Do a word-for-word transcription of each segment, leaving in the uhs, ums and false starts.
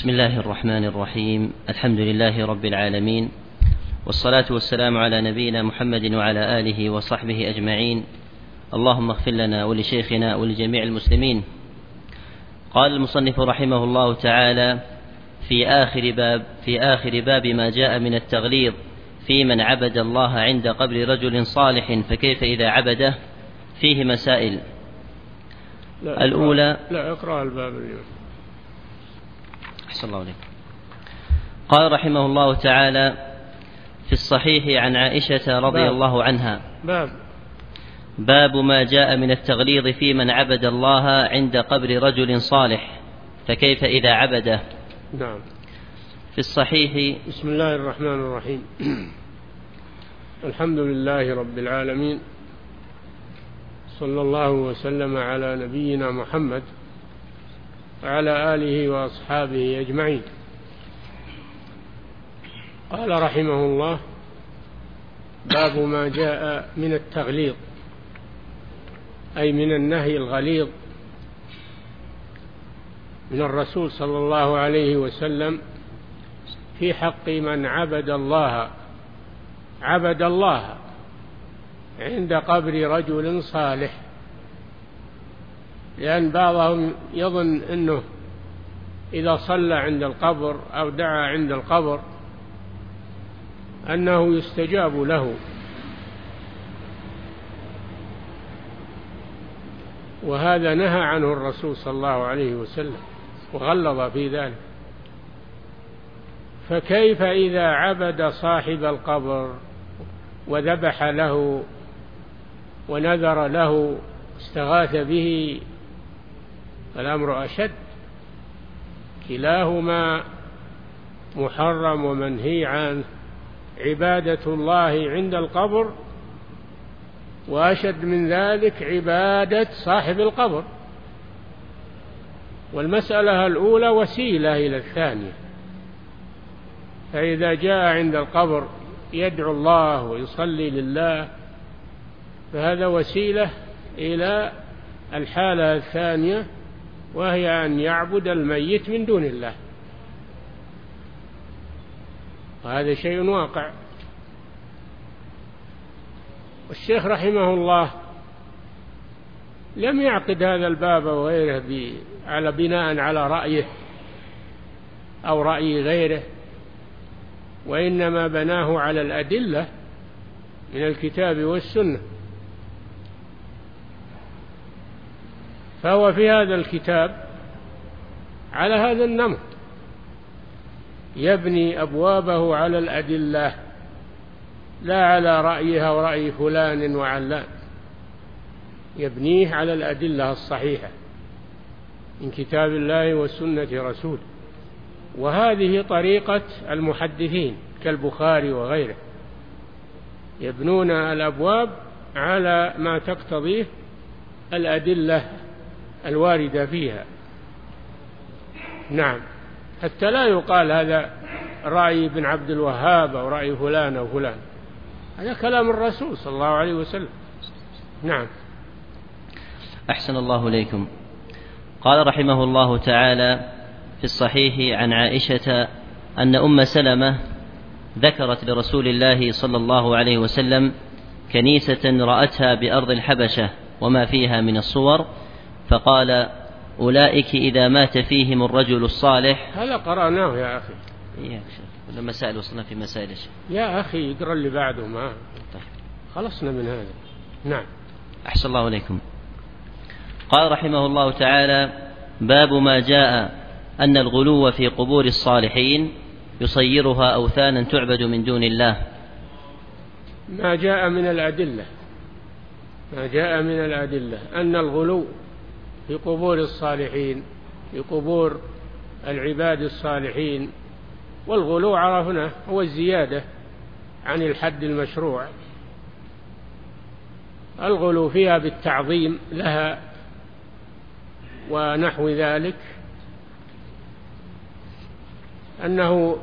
بسم الله الرحمن الرحيم. الحمد لله رب العالمين، والصلاة والسلام على نبينا محمد وعلى آله وصحبه أجمعين. اللهم اغفر لنا ولشيخنا ولجميع المسلمين. قال المصنف رحمه الله تعالى في آخر باب في آخر باب ما جاء من التغليظ في من عبد الله عند قبر رجل صالح فكيف إذا عبده، فيه مسائل. لا الأولى لا اقرأ الباب اليوم. أحسن الله عليك. قال رحمه الله تعالى في الصحيح عن عائشة رضي باب. الله عنها باب باب ما جاء من التغليظ في من عبد الله عند قبر رجل صالح فكيف إذا عبده. نعم. في الصحيح. بسم الله الرحمن الرحيم. الحمد لله رب العالمين، صلى الله وسلم على نبينا محمد وعلى آله وأصحابه أجمعين. قال رحمه الله باب ما جاء من التغليظ، أي من النهي الغليظ من الرسول صلى الله عليه وسلم في حق من عبد الله عبد الله عند قبر رجل صالح، لأن بعضهم يظن أنه إذا صلى عند القبر أو دعا عند القبر أنه يستجاب له، وهذا نهى عنه الرسول صلى الله عليه وسلم وغلظ في ذلك. فكيف إذا عبد صاحب القبر وذبح له ونذر له استغاث به؟ الأمر أشد، كلاهما محرم ومنهي عنه. عبادة الله عند القبر، وأشد من ذلك عبادة صاحب القبر. والمسألة الأولى وسيلة إلى الثانية، فإذا جاء عند القبر يدعو الله ويصلي لله فهذا وسيلة إلى الحالة الثانية، وهي أن يعبد الميت من دون الله، وهذا شيء واقع. والشيخ رحمه الله لم يعقد هذا الباب وغيره على بناء على رأيه أو رأي غيره، وإنما بناه على الأدلة من الكتاب والسنة. فهو في هذا الكتاب على هذا النمط، يبني أبوابه على الأدلة لا على رأيها ورأي فلان وعلان، يبنيه على الأدلة الصحيحة من كتاب الله وسنة رسوله. وهذه طريقة المحدثين كالبخاري وغيره، يبنون الأبواب على ما تقتضيه الأدلة الواردة فيها. نعم، حتى لا يقال هذا رأي ابن عبد الوهاب أو رأي فلان أو فلان، هذا كلام الرسول صلى الله عليه وسلم. نعم. أحسن الله إليكم. قال رحمه الله تعالى في الصحيح عن عائشة أن أم سلمة ذكرت لرسول الله صلى الله عليه وسلم كنيسة رأتها بأرض الحبشة وما فيها من الصور، فقال أولئك إذا مات فيهم الرجل الصالح. هذا قرأناه يا أخي. يا شيخ، ولا مسائل وصلنا في مسائل الشيخ. يا أخي اقرأ اللي بعده، ما طيب. خلصنا من هذا. نعم. أحسن الله إليكم. قال رحمه الله تعالى باب ما جاء أن الغلو في قبور الصالحين يصيرها أوثانا تعبد من دون الله. ما جاء من الأدلة ما جاء من الأدلة أن الغلو في قبور الصالحين، في قبور العباد الصالحين، والغلو عرفنا هو الزيادة عن الحد المشروع، الغلو فيها بالتعظيم لها ونحو ذلك، أنه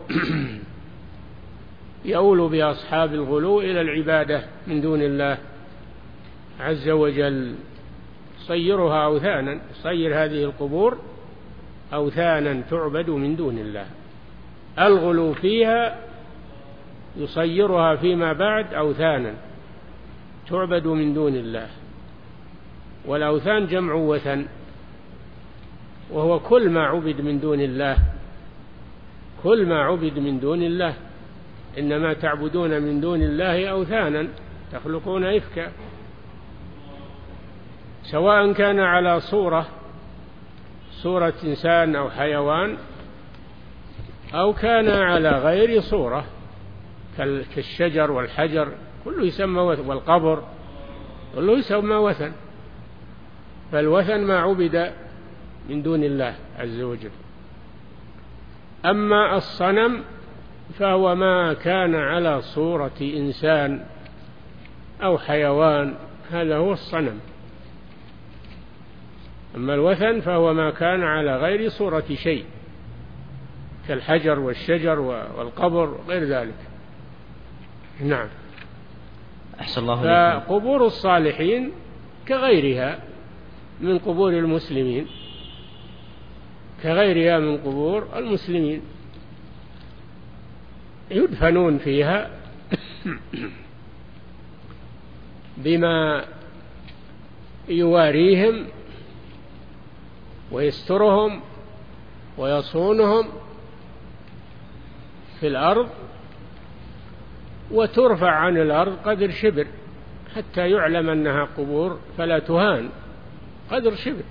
يؤول بأصحاب الغلو إلى العبادة من دون الله عز وجل، صيرها أوثانا، صير هذه القبور أوثانا تعبد من دون الله. الغلو فيها يصيرها فيما بعد أوثانا تعبد من دون الله. والأوثان جمع وثن، وهو كل ما عبد من دون الله، كل ما عبد من دون الله. إنما تعبدون من دون الله أوثانا تخلقون إفكا، سواء كان على صورة صورة إنسان أو حيوان، أو كان على غير صورة كالشجر والحجر، كله يسمى وثن، والقبر كله يسمى وثن. فالوثن ما عبد من دون الله عز وجل. أما الصنم فهو ما كان على صورة إنسان أو حيوان، هذا هو الصنم. أما الوثن فهو ما كان على غير صورة شيء كالحجر والشجر والقبر غير ذلك. نعم. أحسن الله عليكم. فقبور الصالحين كغيرها من قبور المسلمين، كغيرها من قبور المسلمين، يدفنون فيها بما يواريهم ويسترهم ويصونهم في الأرض، وترفع عن الأرض قدر شبر حتى يعلم أنها قبور فلا تهان، قدر شبر.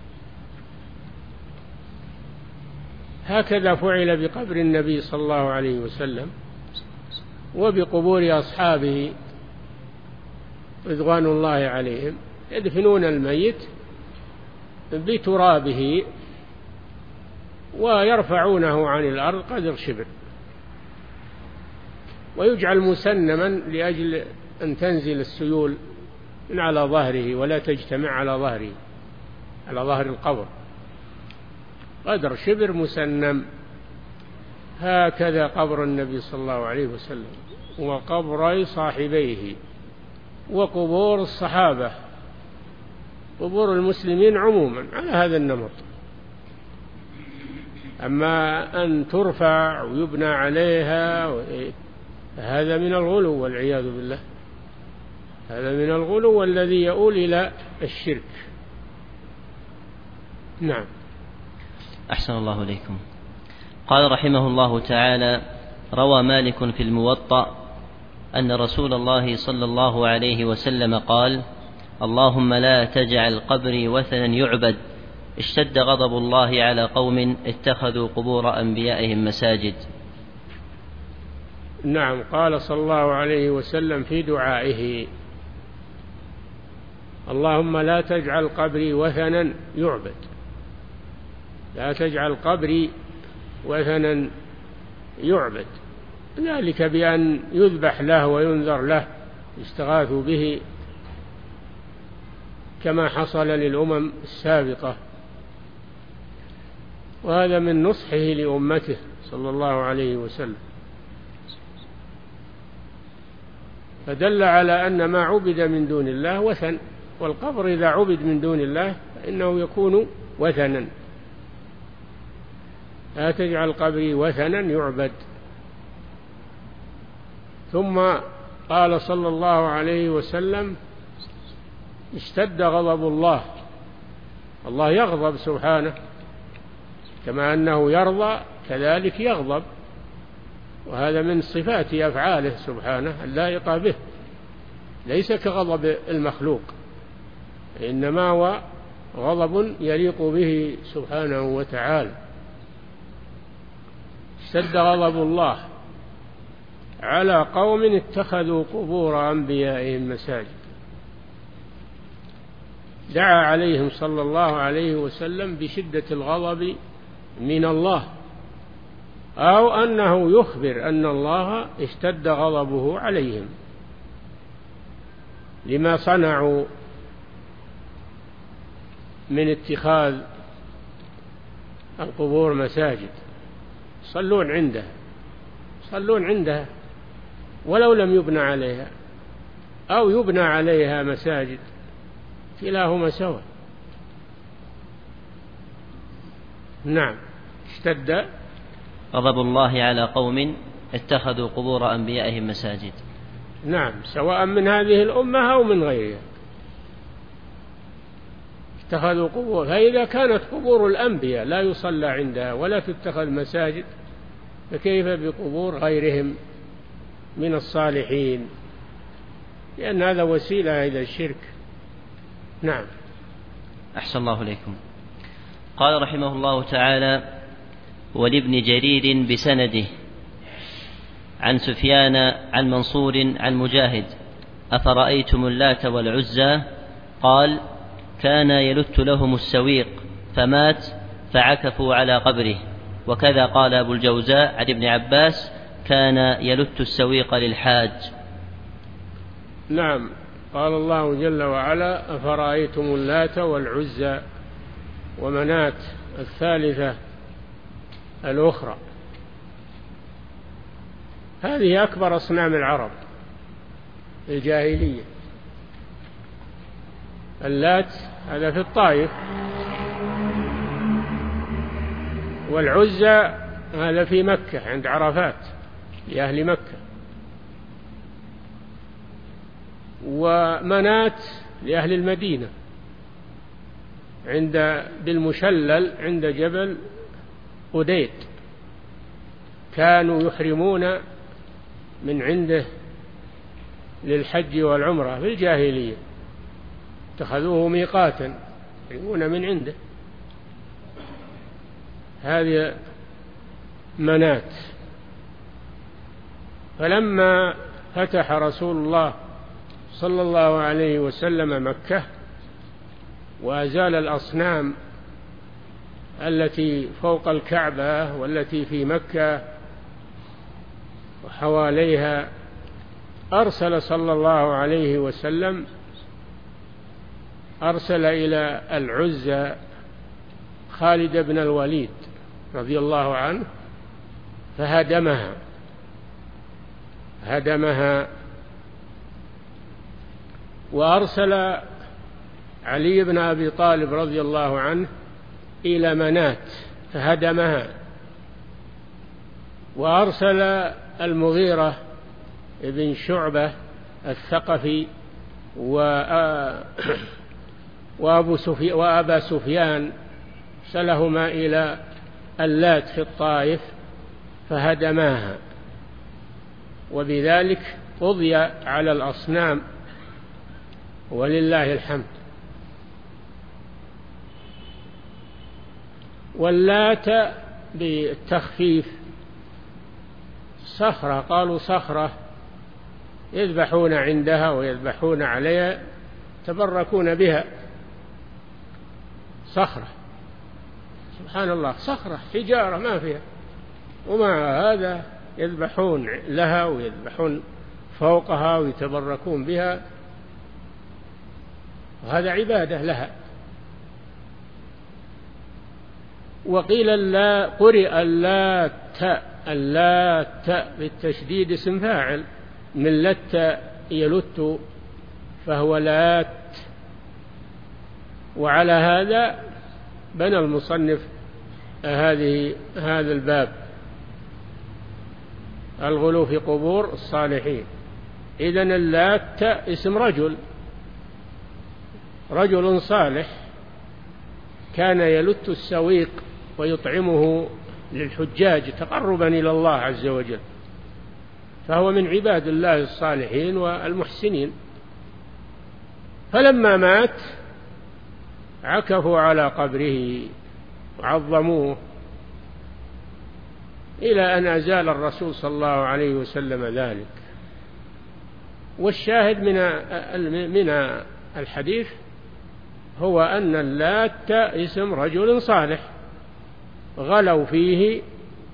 هكذا فعل بقبر النبي صلى الله عليه وسلم وبقبور أصحابه رضوان الله عليهم، يدفنون الميت بترابه ويرفعونه عن الأرض قدر شبر، ويجعل مسنما لأجل أن تنزل السيول من على ظهره ولا تجتمع على ظهره، على ظهر القبر، قدر شبر مسنم. هكذا قبر النبي صلى الله عليه وسلم وقبر صاحبيه وقبور الصحابة، قبور المسلمين عموما على هذا النمط. أما أن ترفع ويبنى عليها هذا من الغلو والعياذ بالله، هذا من الغلو والذي يؤول إلى الشرك. نعم. أحسن الله إليكم. قال رحمه الله تعالى: روى مالك في الموطأ أن رسول الله صلى الله عليه وسلم قال: اللهم لا تجعل قبري وثنا يعبد، اشتد غضب الله على قوم اتخذوا قبور أنبيائهم مساجد. نعم. قال صلى الله عليه وسلم في دعائه: اللهم لا تجعل قبري وثنا يعبد، لا تجعل قبري وثنا يعبد، ذلك بأن يذبح له وينذر له، يستغاث به كما حصل للأمم السابقة. وهذا من نصحه لأمته صلى الله عليه وسلم، فدل على أن ما عبد من دون الله وثن، والقبر إذا عبد من دون الله فإنه يكون وثنا. لا تجعل قبري وثنا يعبد. ثم قال صلى الله عليه وسلم: اشتد غضب الله، الله يغضب سبحانه، كما أنه يرضى كذلك يغضب، وهذا من صفات أفعاله سبحانه اللائقة به، ليس كغضب المخلوق، إنما هو غضب يليق به سبحانه وتعالى. اشتد غضب الله على قوم اتخذوا قبور أنبيائهم مساجد، دعا عليهم صلى الله عليه وسلم بشدة الغضب من الله، أو أنه يخبر أن الله اشتد غضبه عليهم لما صنعوا من اتخاذ القبور مساجد، يصلون عندها يصلون عندها ولو لم يبنى عليها أو يبنى عليها مساجد، كلاهما سواء. نعم. اشتد غضب الله على قوم اتخذوا قبور أنبيائهم مساجد. نعم، سواء من هذه الأمة أو من غيرها اتخذوا قبور. فإذا كانت قبور الأنبياء لا يصلى عندها ولا تتخذ مساجد، فكيف بقبور غيرهم من الصالحين؟ لأن هذا وسيلة إلى الشرك. نعم. أحسن الله إليكم. قال رحمه الله تعالى: ولابن جرير بسنده عن سفيان عن منصور عن مجاهد: أفرأيتم اللات والعزى؟ قال: كان يلت لهم السويق فمات فعكفوا على قبره. وكذا قال أبو الجوزاء عن ابن عباس: كان يلت السويق للحاج. نعم. قال الله جل وعلا: أفرأيتم اللات والعزى ومناة الثالثة الأخرى. هذه أكبر أصنام العرب الجاهلية. اللات هذا في الطائف، والعزى هذا في مكة عند عرفات لأهل مكة، ومناة لأهل المدينة عند بالمشلل عند جبل قديد، كانوا يحرمون من عنده للحج والعمرة في الجاهلية، اتخذوه ميقاتا يحرمون من عنده. هذه مناة. فلما فتح رسول الله صلى الله عليه وسلم مكة وأزال الأصنام التي فوق الكعبة والتي في مكة وحواليها، أرسل صلى الله عليه وسلم أرسل إلى العزى خالد بن الوليد رضي الله عنه فهدمها هدمها وأرسل علي بن أبي طالب رضي الله عنه إلى مناة فهدمها، وأرسل المغيرة بن شعبة الثقفي وأبو سفيان وأبا سفيان أرسلهما إلى اللات في الطائف فهدماها، وبذلك قضي على الأصنام ولله الحمد. واللات بالتخفيف صخرة، قالوا صخرة يذبحون عندها ويذبحون عليها، تبركون بها. صخرة، سبحان الله، صخرة حجارة ما فيها، ومع هذا يذبحون لها ويذبحون فوقها ويتبركون بها، وهذا عبادة لها. وقيل لا قرئ اللات اللات بالتشديد اسم فاعل من لت يلت فهو لات. وعلى هذا بنى المصنف هذه هذا الباب، الغلو في قبور الصالحين. إذن اللات اسم رجل رجل صالح كان يلت السويق ويطعمه للحجاج تقربا إلى الله عز وجل، فهو من عباد الله الصالحين والمحسنين. فلما مات عكفوا على قبره وعظموه إلى أن أزال الرسول صلى الله عليه وسلم ذلك. والشاهد من من الحديث هو أن اللات اسم رجل صالح غلوا فيه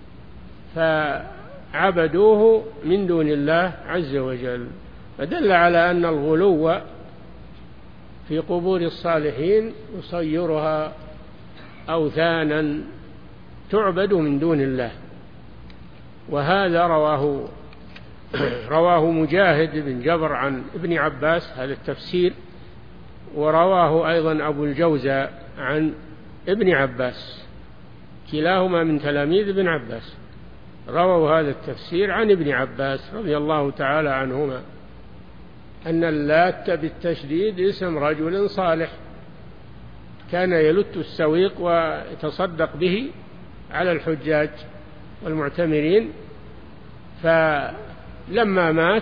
فعبدوه من دون الله عز وجل، فدل على أن الغلو في قبور الصالحين يصيرها أوثانا تعبد من دون الله. وهذا رواه رواه مجاهد بن جبر عن ابن عباس هذا التفسير، ورواه أيضا أبو الجوزاء عن ابن عباس كلاهما من تلاميذ ابن عباس، رووا هذا التفسير عن ابن عباس رضي الله تعالى عنهما، أن اللات بالتشديد اسم رجل صالح كان يلت السويق ويتصدق به على الحجاج والمعتمرين، فلما مات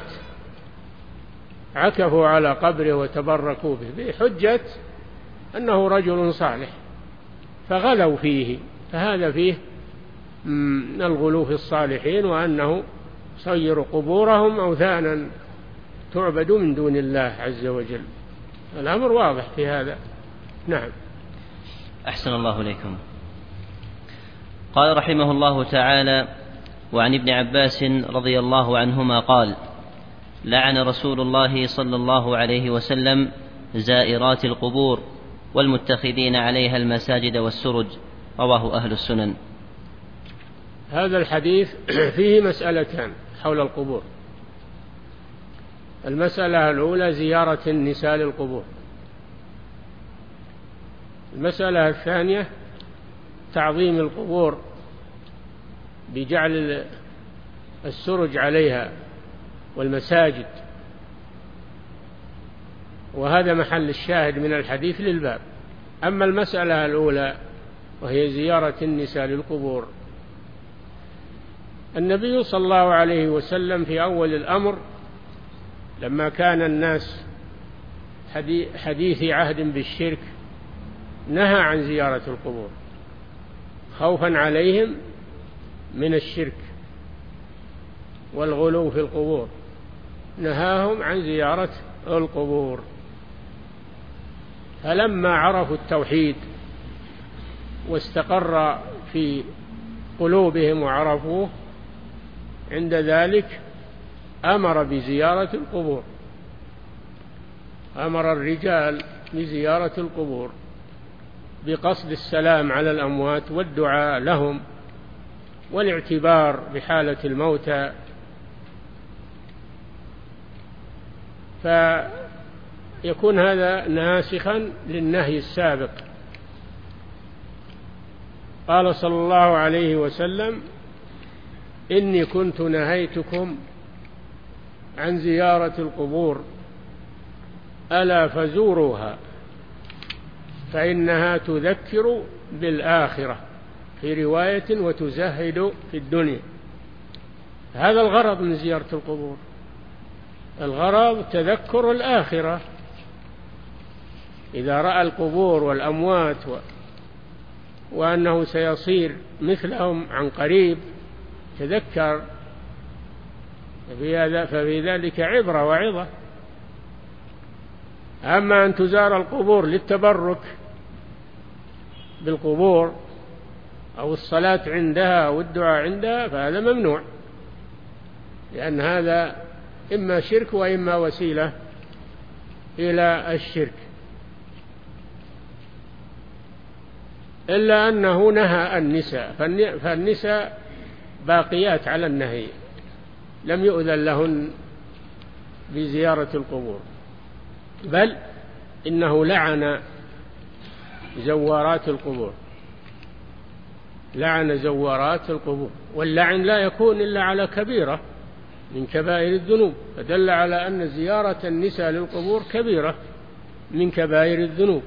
عكفوا على قبره وتبركوا به بحجة أنه رجل صالح فغلوا فيه، فهذا فيه من الغلو في الصالحين، وأنه صير قبورهم أوثانا تعبد من دون الله عز وجل. الأمر واضح في هذا. نعم. أحسن الله إليكم. قال رحمه الله تعالى: وعن ابن عباس رضي الله عنهما قال: لعن رسول الله صلى الله عليه وسلم زائرات القبور والمتخذين عليها المساجد والسرج. رواه أهل السنن. هذا الحديث فيه مسألتان حول القبور. المسألة الأولى زيارة النساء للقبور. المسألة الثانية تعظيم القبور بجعل السرج عليها والمساجد، وهذا محل الشاهد من الحديث للباب. أما المسألة الأولى وهي زيارة النساء للقبور، النبي صلى الله عليه وسلم في أول الأمر لما كان الناس حديث عهد بالشرك نهى عن زيارة القبور خوفا عليهم من الشرك والغلو في القبور، نهاهم عن زيارة القبور. فلما عرفوا التوحيد واستقر في قلوبهم وعرفوه، عند ذلك أمر بزيارة القبور، أمر الرجال بزيارة القبور بقصد السلام على الأموات والدعاء لهم والاعتبار بحالة الموتى، فيكون هذا ناسخا للنهي السابق. قال صلى الله عليه وسلم: إني كنت نهيتكم عن زيارة القبور ألا فزوروها فإنها تذكر بالآخرة، في رواية وتزهد في الدنيا. هذا الغرض من زيارة القبور، الغرض تذكر الآخرة. إذا رأى القبور والأموات و... وأنه سيصير مثلهم عن قريب تذكر، ففي ذلك عبرة وعظة. أما أن تزار القبور للتبرك بالقبور أو الصلاة عندها أو الدعاء عندها فهذا ممنوع، لأن هذا إما شرك وإما وسيلة إلى الشرك. إلا أنه نهى النساء، فالنساء باقيات على النهي، لم يؤذن لهن بزيارة القبور، بل إنه لعن زوارات القبور، لعن زوارات القبور. واللعن لا يكون إلا على كبيرة من كبائر الذنوب، فدل على أن زيارة النساء للقبور كبيرة من كبائر الذنوب.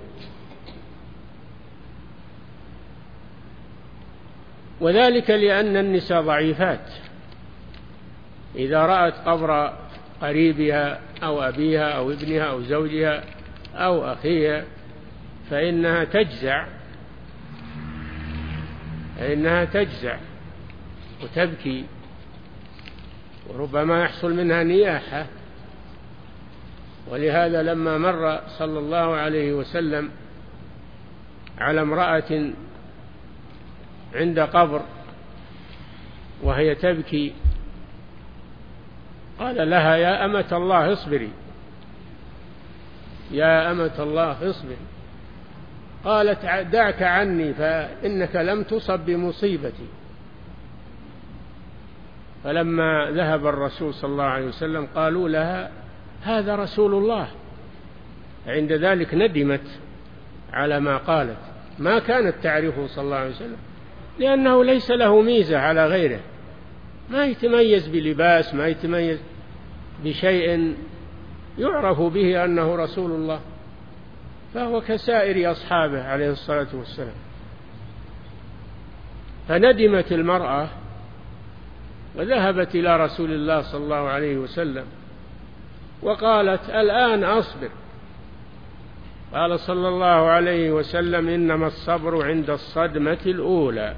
وذلك لأن النساء ضعيفات، إذا رأت قبر قريبها أو أبيها أو ابنها أو زوجها أو أخيها فإنها تجزع، فإنها تجزع وتبكي، وربما يحصل منها نياحة. ولهذا لما مر صلى الله عليه وسلم على امرأة عند قبر وهي تبكي قال لها: يا أمة الله اصبري، يا أمة الله اصبري. قالت: دعك عني فإنك لم تصب بمصيبتي. فلما ذهب الرسول صلى الله عليه وسلم قالوا لها: هذا رسول الله. عند ذلك ندمت على ما قالت، ما كانت تعرفه صلى الله عليه وسلم، لأنه ليس له ميزة على غيره، ما يتميز بلباس، ما يتميز بشيء يعرف به أنه رسول الله، فهو كسائر أصحابه عليه الصلاة والسلام. فندمت المرأة وذهبت إلى رسول الله صلى الله عليه وسلم وقالت: الآن أصبر. قال صلى الله عليه وسلم: إنما الصبر عند الصدمة الأولى.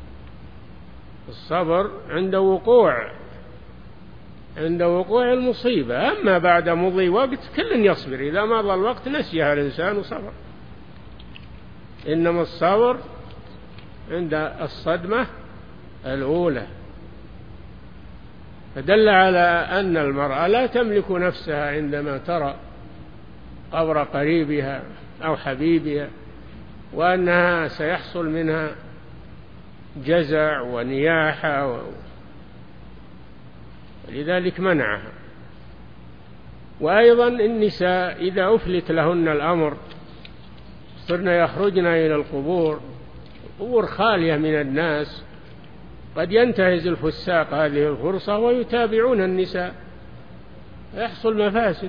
الصبر عند وقوع عند وقوع المصيبة، أما بعد مضي وقت كل يصبر، إذا مضى الوقت نسيها الإنسان وصبر. إنما الصبر عند الصدمة الأولى. فدل على أن المرأة لا تملك نفسها عندما ترى قبر قريبها أو حبيبها، وأنها سيحصل منها جزع ونياحة، ولذلك منعها. وأيضا النساء إذا أفلت لهن الأمر صرن يخرجن إلى القبور، القبور خالية من الناس، قد ينتهز الفساق هذه الفرصة ويتابعون النساء، يحصل مفاسد.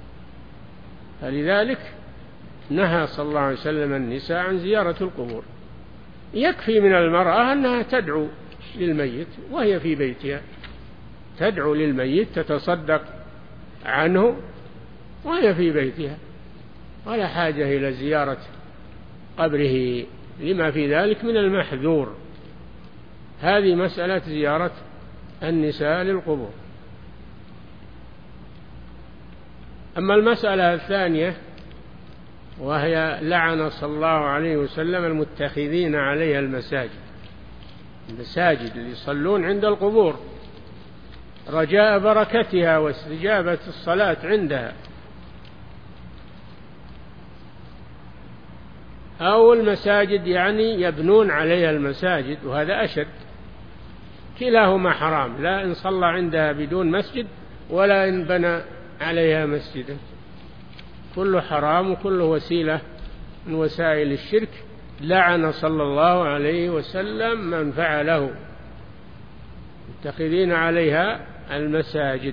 فلذلك نهى صلى الله عليه وسلم النساء عن زيارة القبور. يكفي من المرأة أنها تدعو للميت وهي في بيتها، تدعو للميت، تتصدق عنه وهي في بيتها، ولا حاجة إلى زيارة قبره لما في ذلك من المحذور. هذه مسألة زيارة النساء للقبور. أما المسألة الثانية وهي لعن صلى الله عليه وسلم المتخذين عليها المساجد، المساجد اللي يصلون عند القبور رجاء بركتها واستجابة الصلاة عندها، أو المساجد يعني يبنون عليها المساجد، وهذا أشد. كلاهما حرام، لا إن صلى عندها بدون مسجد ولا إن بنى عليها مسجدا، كله حرام وكله وسيلة من وسائل الشرك. لعن صلى الله عليه وسلم من فعله، متخذين عليها المساجد،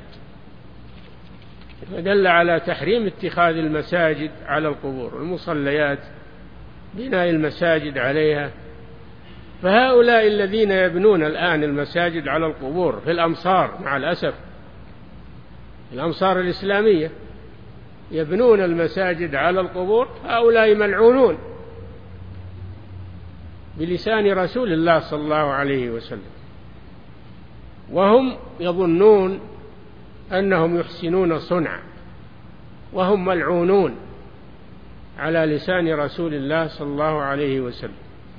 فدل على تحريم اتخاذ المساجد على القبور والمصليات، بناء المساجد عليها. فهؤلاء الذين يبنون الآن المساجد على القبور في الأمصار، مع الأسف الأمصار الإسلامية يبنون المساجد على القبور، هؤلاء ملعونون بلسان رسول الله صلى الله عليه وسلم، وهم يظنون أنهم يحسنون صنعا وهم ملعونون على لسان رسول الله صلى الله عليه وسلم.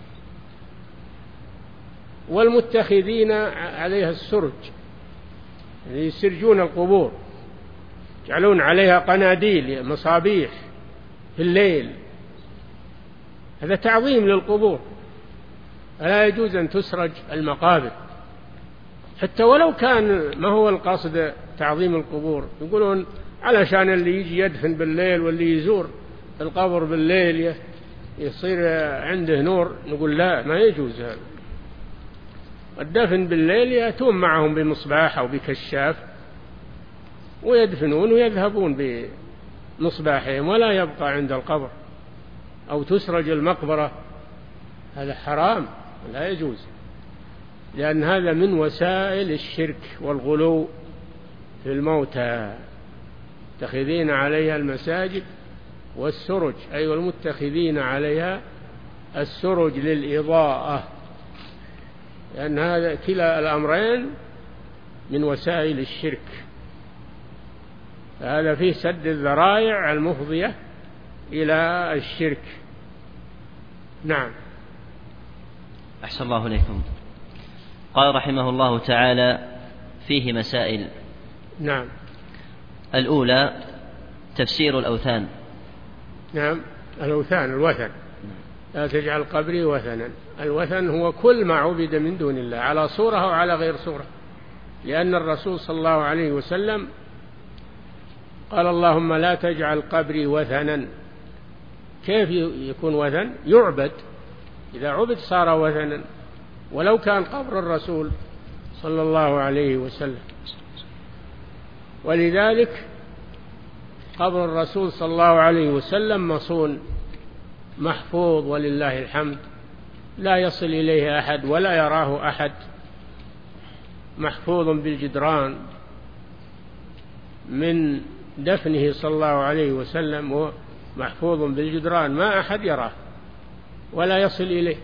والمتخذين عليها السرج، يسرجون القبور، يجعلون عليها قناديل مصابيح في الليل، هذا تعظيم للقبور. فلا يجوز أن تسرج المقابر، حتى ولو كان ما هو القصد تعظيم القبور. يقولون علشان اللي يجي يدفن بالليل واللي يزور القبر بالليل يصير عنده نور، نقول لا، ما يجوز هذا. الدفن بالليل يأتون معهم بمصباح أو بكشاف ويدفنون ويذهبون بمصباحهم، ولا يبقى عند القبر. أو تسرج المقبرة، هذا حرام، لا يجوز، لأن هذا من وسائل الشرك والغلو في الموتى. متخذين عليها المساجد والسرج، أي أيوة المتخذين عليها السرج للإضاءة، لأن هذا كلا الأمرين من وسائل الشرك. هذا فيه سد الذرائع المفضية إلى الشرك. نعم. أحسن الله إليكم. قال رحمه الله تعالى: فيه مسائل. نعم. الأولى تفسير الأوثان. نعم، الأوثان الوثن، لا تجعل قبري وثنا. الوثن هو كل ما عبد من دون الله على صورة أو على غير صورة، لأن الرسول صلى الله عليه وسلم قال: اللهم لا تجعل قبري وثنا. كيف يكون وثن؟ يعبد، إذا عبد صار وثنا. ولو كان قبر الرسول صلى الله عليه وسلم. ولذلك قبر الرسول صلى الله عليه وسلم مصون محفوظ ولله الحمد، لا يصل إليه أحد ولا يراه أحد، محفوظ بالجدران من دفنه صلى الله عليه وسلم، محفوظ بالجدران ما أحد يراه ولا يصل إليه،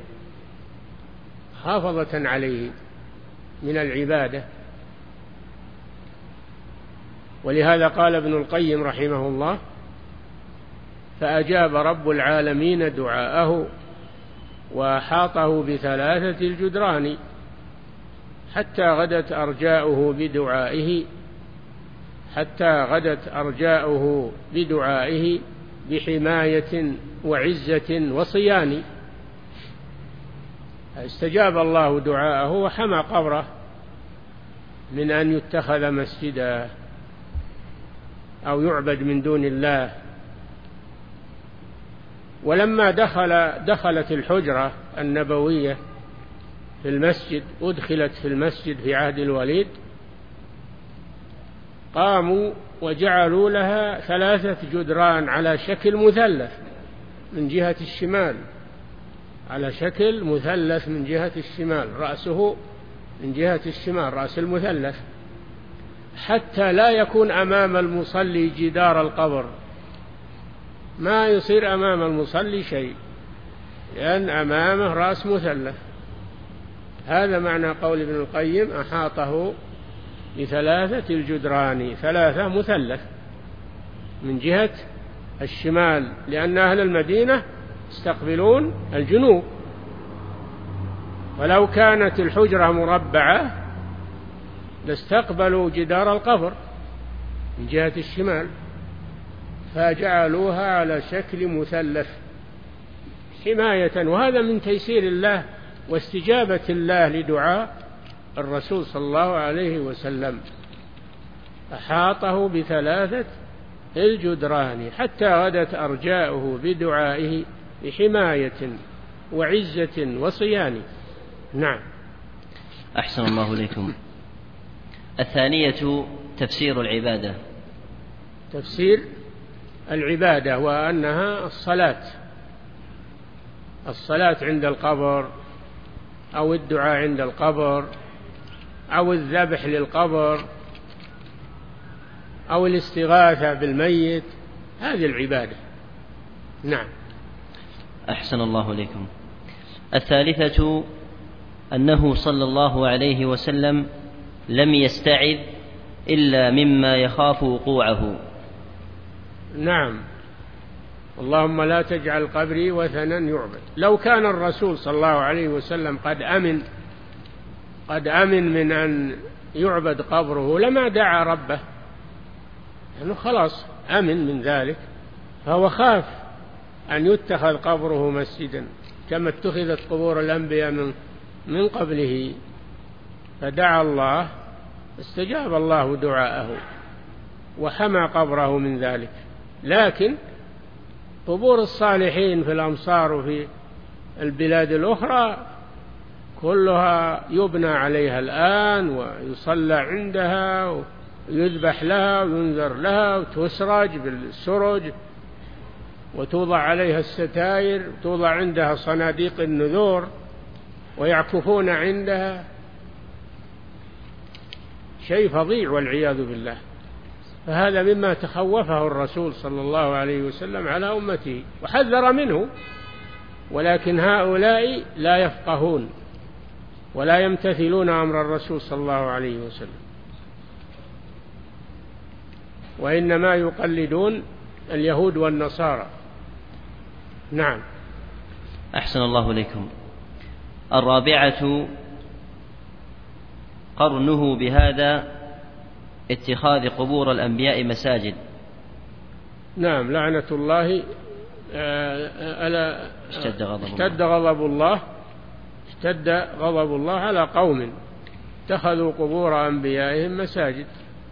حافظة عليه من العبادة. ولهذا قال ابن القيم رحمه الله: فأجاب رب العالمين دعاءه وأحاطه بثلاثة الجدران حتى غدت أرجاؤه بدعائه حتى غدت أرجاؤه بدعائه بحماية وعزة وصيان. استجاب الله دعاءه وحمى قبره من أن يتخذ مسجدا أو يعبد من دون الله. ولما دخل دخلت الحجرة النبوية في المسجد، أدخلت في المسجد في عهد الوليد، قاموا وجعلوا لها ثلاثة جدران على شكل مثلث من جهة الشمال، على شكل مثلث من جهة الشمال، رأسه من جهة الشمال، رأس المثلث، حتى لا يكون أمام المصلي جدار القبر، ما يصير أمام المصلي شيء، لأن أمامه رأس مثلث. هذا معنى قول ابن القيم: أحاطه بثلاثة الجدران، ثلاثة مثلث من جهة الشمال، لأن أهل المدينة يستقبلون الجنوب، ولو كانت الحجرة مربعة لاستقبلوا جدار القبر من جهة الشمال، فجعلوها على شكل مثلث حماية. وهذا من تيسير الله واستجابة الله لدعاء الرسول صلى الله عليه وسلم، أحاطه بثلاثة الجدران حتى غدت أرجاؤه بدعائه بحماية وعزة وصيان. نعم. أحسن الله إليكم. الثانية تفسير العبادة. تفسير العبادة وأنها الصلاة، الصلاة عند القبر أو الدعاء عند القبر أو الذبح للقبر أو الاستغاثة بالميت، هذه العبادة. نعم. أحسن الله إليكم. الثالثة أنه صلى الله عليه وسلم لم يستعذ إلا مما يخاف وقوعه. نعم. اللهم لا تجعل قبري وثنا يعبد. لو كان الرسول صلى الله عليه وسلم قد أمن قد أمن من أن يعبد قبره لما دعا ربه، يعني خلاص أمن من ذلك، فهو خاف أن يتخذ قبره مسجدا كما اتخذت قبور الأنبياء من من قبله، فدعا الله استجاب الله دعاءه وحمى قبره من ذلك. لكن قبور الصالحين في الأمصار وفي البلاد الأخرى كلها يبنى عليها الآن ويصلى عندها ويذبح لها وينذر لها وتسرج بالسرج وتوضع عليها الستائر وتوضع عندها صناديق النذور ويعكفون عندها، شيء فظيع والعياذ بالله. فهذا مما تخوفه الرسول صلى الله عليه وسلم على أمته وحذر منه، ولكن هؤلاء لا يفقهون ولا يمتثلون أمر الرسول صلى الله عليه وسلم، وإنما يقلدون اليهود والنصارى. نعم. أحسن الله إليكم. الرابعة قرنه بهذا اتخاذ قبور الأنبياء مساجد. نعم. لعنة الله ألا اشتد غضب, اشتد غضب الله اشتد غضب الله على قوم اتخذوا قبور أنبيائهم مساجد،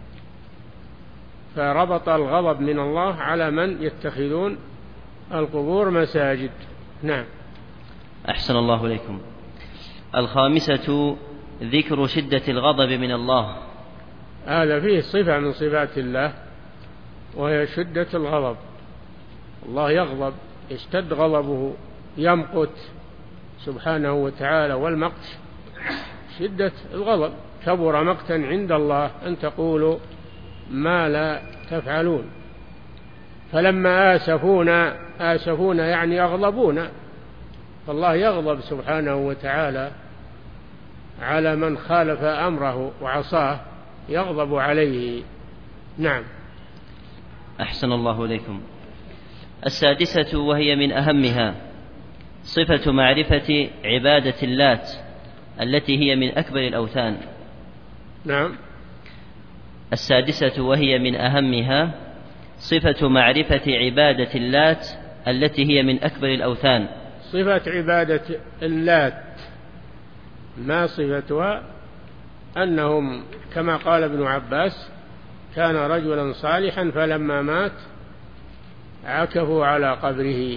فربط الغضب من الله على من يتخذون القبور مساجد. نعم. أحسن الله إليكم. الخامسة ذكر شدة الغضب من الله. هذا فيه صفة من صفات الله وهي شدة الغضب. الله يغضب، يشتد غضبه، يمقت سبحانه وتعالى. والمقت شدة الغضب. كبر مقتا عند الله أن تقولوا ما لا تفعلون. فلما آسفونا، آسفونا يعني أغضبونا، فالله يغضب سبحانه وتعالى على من خالف أمره وعصاه، يغضب عليه. نعم. أحسن الله إليكم. السادسة وهي من أهمها صفة معرفة عبادة اللات التي هي من أكبر الأوثان. نعم. السادسة وهي من أهمها صفة معرفة عبادة اللات التي هي من أكبر الأوثان. صفة عبادة اللات ما صفتها؟ أنهم كما قال ابن عباس كان رجلا صالحا فلما مات عكفوا على قبره،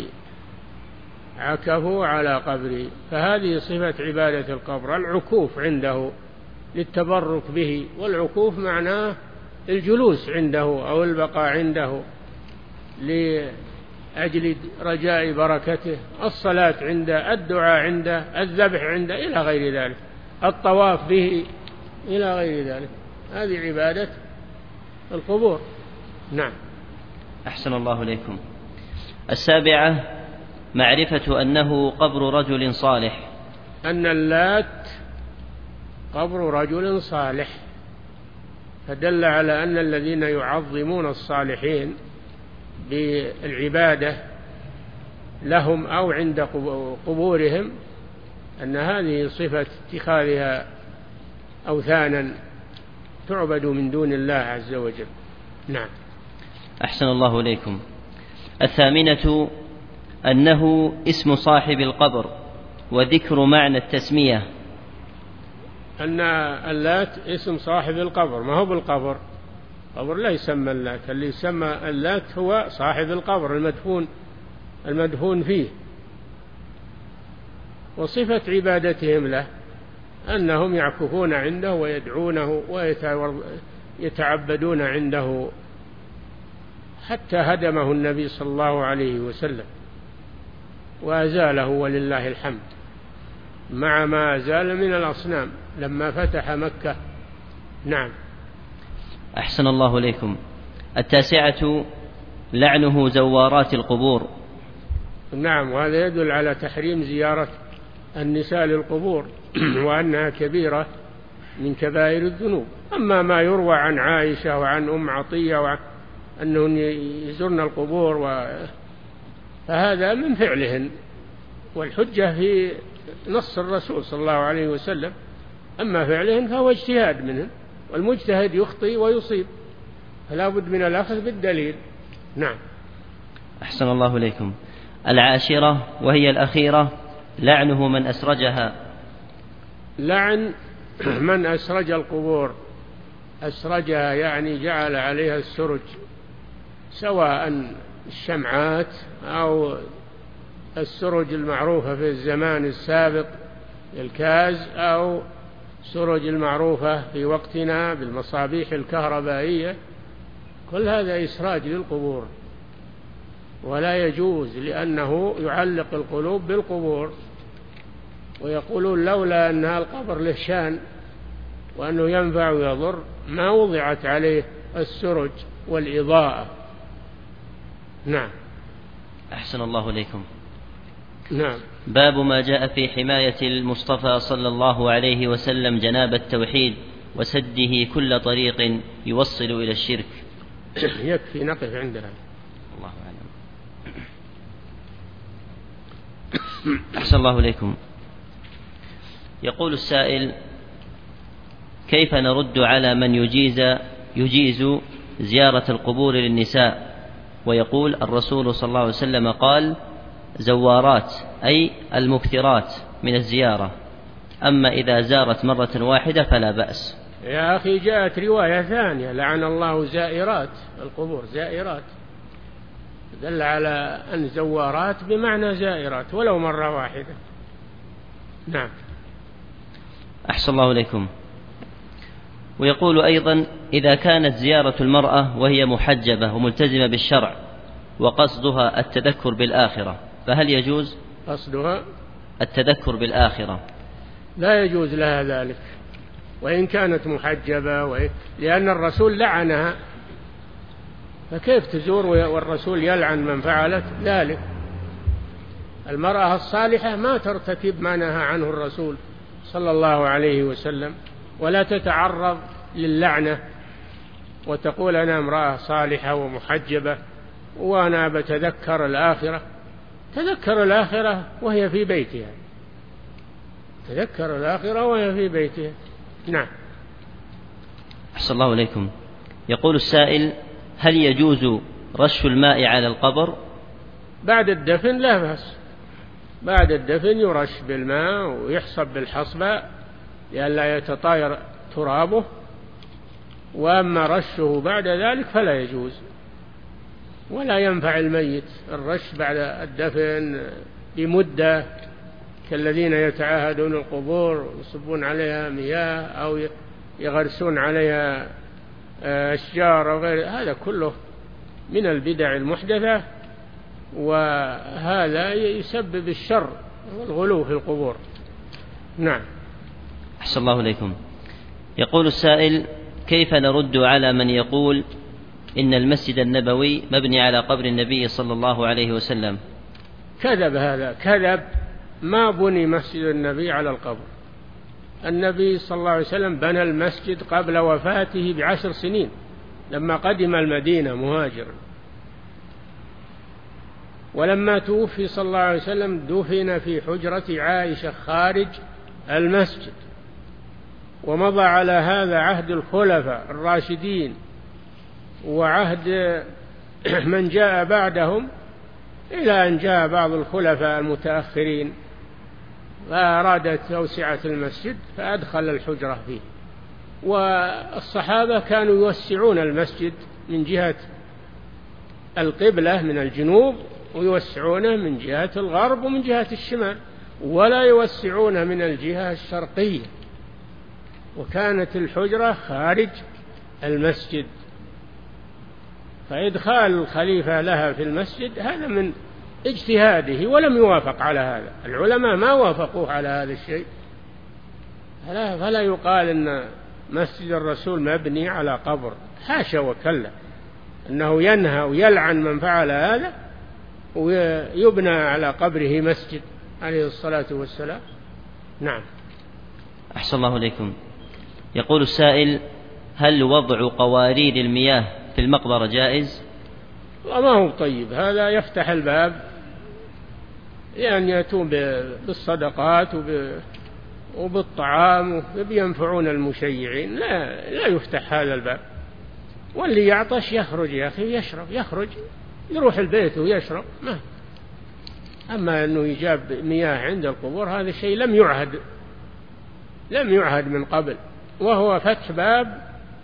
عكفوا على قبره. فهذه صفة عبادة القبر، العكوف عنده للتبرك به. والعكوف معناه الجلوس عنده أو البقاء عنده لأجل رجاء بركته. الصلاة عنده، الدعاء عنده، الذبح عنده، إلى غير ذلك، الطواف به إلى غير ذلك. هذه عبادة القبور. نعم. أحسن الله إليكم. السابعة معرفة أنه قبر رجل صالح. أن اللات قبر رجل صالح، فدل على أن الذين يعظمون الصالحين بالعبادة لهم أو عند قبورهم أن هذه صفة اتخاذها أوثانا تعبد من دون الله عز وجل. نعم. أحسن الله إليكم. الثامنة أنه اسم صاحب القبر وذكر معنى التسمية. أن اللات اسم صاحب القبر، ما هو بالقبر. قبر لا يسمى اللات، اللي يسمى اللات هو صاحب القبر المدفون المدفون فيه. وصفة عبادتهم له أنهم يعكفون عنده ويدعونه ويتعبدون عنده حتى هدمه النبي صلى الله عليه وسلم وأزاله ولله الحمد، مع ما زال من الأصنام لما فتح مكة. نعم. أحسن الله إليكم. التاسعة لعنه زوارات القبور. نعم. وهذا يدل على تحريم زيارة النساء للقبور وأنها كبيرة من كبائر الذنوب. أما ما يروى عن عائشة وعن أم عطية وعن أنهم يزورن القبور و... فهذا من فعلهن، والحجة في نص الرسول صلى الله عليه وسلم. أما فعلهن فهو اجتهاد منهن، والمجتهد يخطئ ويصيب، فلا بد من الأخذ بالدليل. نعم. أحسن الله إليكم. العاشرة وهي الأخيرة لعنه من أسرجها. لعن من أسرج القبور. أسرجها يعني جعل عليها السرج، سواء الشمعات أو السرج المعروفة في الزمان السابق الكاز، أو سرج المعروفة في وقتنا بالمصابيح الكهربائية. كل هذا إسراج للقبور ولا يجوز، لأنه يعلق القلوب بالقبور. ويقولون لولا أنها القبر له شان وأنه ينفع ويضر ما وضعت عليه السرج والإضاءة. نعم. أحسن الله إليكم. نعم. باب ما جاء في حماية المصطفى صلى الله عليه وسلم جناب التوحيد وسده كل طريق يوصل إلى الشرك. يكفي نقف عندها. الله أعلم. أحسن الله إليكم. يقول السائل: كيف نرد على من يجيز يجيز زيارة القبور للنساء ويقول الرسول صلى الله عليه وسلم قال: زوارات، أي المكثرات من الزيارة، أما إذا زارت مرة واحدة فلا بأس. يا أخي جاءت رواية ثانية: لعن الله زائرات القبور. زائرات دل على أن زوارات بمعنى زائرات ولو مرة واحدة. نعم. أحسن الله إليكم. ويقول أيضا: إذا كانت زيارة المرأة وهي محجبة وملتزمة بالشرع وقصدها التذكر بالآخرة فهل يجوز؟ قصدها التذكر بالآخرة. لا يجوز لها ذلك وإن كانت محجبة، وإن... لأن الرسول لعنها، فكيف تزور والرسول يلعن من فعلت ذلك؟ المرأة الصالحة ما ترتكب ما نهى عنه الرسول صلى الله عليه وسلم، ولا تتعرض للعنة وتقول أنا امرأة صالحة ومحجبة وأنا بتذكر الآخرة. تذكر الآخرة وهي في بيتها، تذكر الآخرة وهي في بيتها. نعم. أحسن الله إليكم. يقول السائل: هل يجوز رش الماء على القبر؟ بعد الدفن لا بأس، بعد الدفن يرش بالماء ويحصب بالحصبة لئلا يتطاير ترابه، وأما رشه بعد ذلك فلا يجوز، ولا ينفع الميت الرش بعد الدفن بمدة كالذين يتعاهدون القبور ويصبون عليها مياه أو يغرسون عليها أشجار أو غير هذا، كله من البدع المحدثة، وهذا يسبب الشر والغلو في القبور. نعم. أحسن الله إليكم. يقول السائل: كيف نرد على من يقول إن المسجد النبوي مبني على قبر النبي صلى الله عليه وسلم؟ كذب، هذا كذب. ما بني مسجد النبي على القبر. النبي صلى الله عليه وسلم بنى المسجد قبل وفاته بعشر سنين لما قدم المدينة مهاجرا، ولما توفي صلى الله عليه وسلم دفن في حجرة عائشة خارج المسجد، ومضى على هذا عهد الخلفاء الراشدين وعهد من جاء بعدهم، إلى أن جاء بعض الخلفاء المتأخرين فأراد توسعة المسجد فأدخل الحجرة فيه. والصحابة كانوا يوسعون المسجد من جهة القبلة من الجنوب، ويوسعونه من جهة الغرب ومن جهة الشمال، ولا يوسعونه من الجهة الشرقية، وكانت الحجرة خارج المسجد. فإدخال الخليفة لها في المسجد هذا من اجتهاده ولم يوافق على هذا، العلماء ما وافقوه على هذا الشيء، فلا, فلا يقال أن مسجد الرسول مبني على قبر، حاشا وكلا، أنه ينهى ويلعن من فعل هذا ويبنى على قبره مسجد عليه الصلاة والسلام. نعم. أحسن الله إليكم. يقول السائل: هل وضع قوارير المياه في المقبرة جائز؟ وما هو طيب، هذا يفتح الباب لأن يأتون بالصدقات وبالطعام وبينفعون المشيعين، لا, لا يفتح هذا الباب. واللي يعطش يخرج يا أخي يشرب، يخرج يروح البيت ويشرب، ما. أما أنه يجاب مياه عند القبور هذا شيء لم يعهد لم يعهد من قبل، وهو فتح باب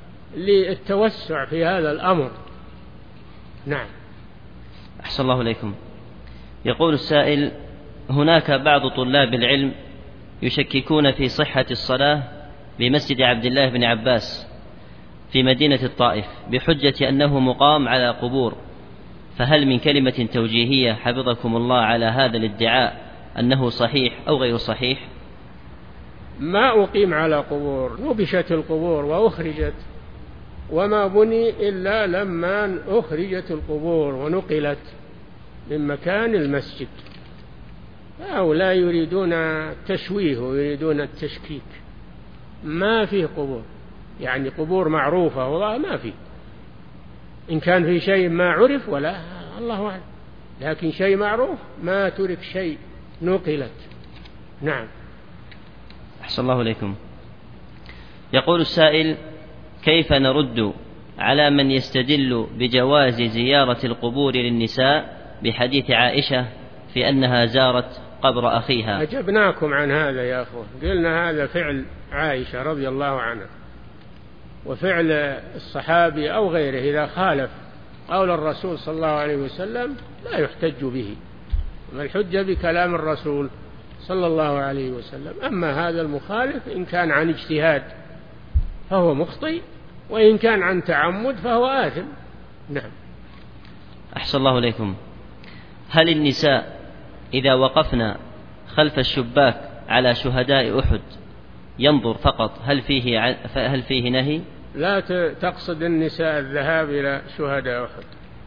للتوسع في هذا الأمر. نعم. أحسن الله إليكم. يقول السائل: هناك بعض طلاب العلم يشككون في صحة الصلاة بمسجد عبد الله بن عباس في مدينة الطائف بحجة أنه مقام على قبور، فهل من كلمة توجيهية حفظكم الله على هذا الادعاء أنه صحيح أو غير صحيح؟ ما أقيم على قبور، نبشت القبور وأخرجت، وما بني إلا لما أخرجت القبور ونقلت من مكان المسجد. هؤلاء يريدون التشويه ويريدون التشكيك. ما فيه قبور، يعني قبور معروفة والله ما فيه. إن كان في شيء ما عرف ولا الله أعلم، لكن شيء معروف ما ترك شيء نقلت. نعم. أحسن الله إليكم. يقول السائل: كيف نرد على من يستدل بجواز زيارة القبور للنساء بحديث عائشة في أنها زارت قبر أخيها؟ أجبناكم عن هذا يا أخوة، قلنا هذا فعل عائشة رضي الله عنها، وفعل الصحابي أو غيره إذا خالف قول الرسول صلى الله عليه وسلم لا يحتج به، الحجة بكلام الرسول صلى الله عليه وسلم. أما هذا المخالف إن كان عن اجتهاد فهو مخطئ، وإن كان عن تعمد فهو آثم. نعم. أحسن الله إليكم. هل النساء إذا وقفنا خلف الشباك على شهداء أحد ينظر فقط هل فيه هل فيه نهي؟ لا تقصد النساء الذهاب إلى شهداء أحد،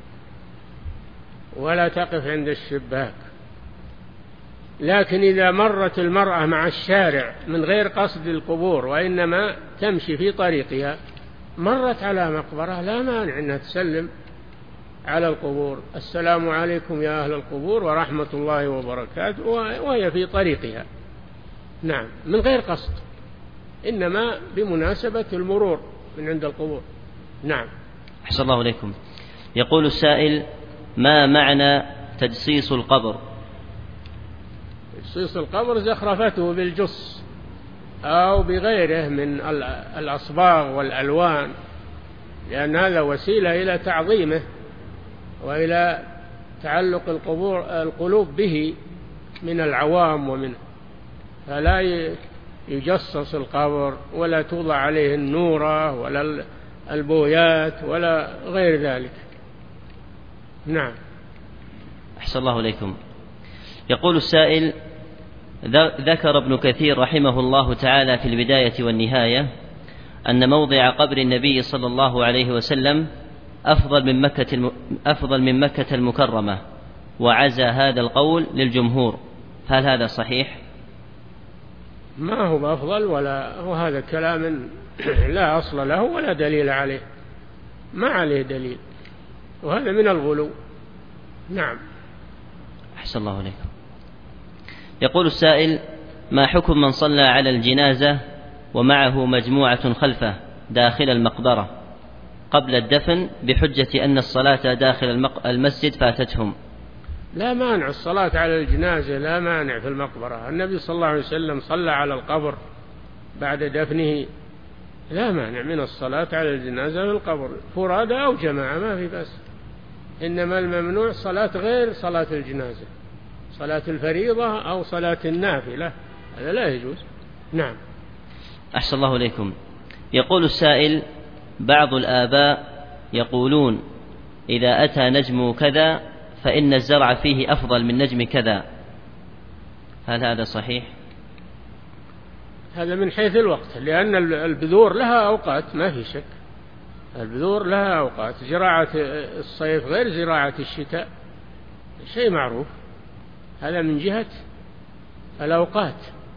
ولا تقف عند الشباك، لكن إذا مرت المرأة مع الشارع من غير قصد القبور وإنما تمشي في طريقها، مرت على مقبرة، لا مانع أنها تسلم على القبور: السلام عليكم يا أهل القبور ورحمة الله وبركاته، وهي في طريقها. نعم، من غير قصد، إنما بمناسبة المرور من عند القبور. نعم. أحسن الله إليكم. يقول السائل: ما معنى تجصيص القبر؟ تجصيص القبر زخرفته بالجص أو بغيره من الأصباغ والألوان، لأن هذا وسيلة إلى تعظيمه وإلى تعلق القبور القلوب به من العوام ومنه، فلا يجصص القبر ولا توضع عليه النورة ولا البويات ولا غير ذلك. نعم. أحسن الله إليكم. يقول السائل: ذكر ابن كثير رحمه الله تعالى في البداية والنهاية أن موضع قبر النبي صلى الله عليه وسلم أفضل من مكة الم... أفضل من مكة المكرمة، وعزى هذا القول للجمهور، هل هذا صحيح؟ ما هو أفضل، ولا وهذا كلام لا أصل له ولا دليل عليه، ما عليه دليل، وهذا من الغلو. نعم. أحسن الله عليكم. يقول السائل: ما حكم من صلى على الجنازة ومعه مجموعة خلفه داخل المقبرة قبل الدفن بحجة أن الصلاة داخل المسجد فاتتهم؟ لا مانع الصلاة على الجنازة، لا مانع في المقبرة. النبي صلى الله عليه وسلم صلى على القبر بعد دفنه، لا مانع من الصلاة على الجنازة في القبر، فرادى أو جماعة ما في بأس. إنما الممنوع صلاة غير صلاة الجنازة، صلاة الفريضة أو صلاة النافلة، هذا لا يجوز. نعم. أحسن الله إليكم. يقول السائل: بعض الآباء يقولون إذا أتى نجم كذا فإن الزرع فيه أفضل من نجم كذا، هل هذا صحيح؟ هذا من حيث الوقت، لأن البذور لها أوقات، ما في شك، البذور لها أوقات، زراعة الصيف غير زراعة الشتاء، شيء معروف، هذا من جهة الأوقات.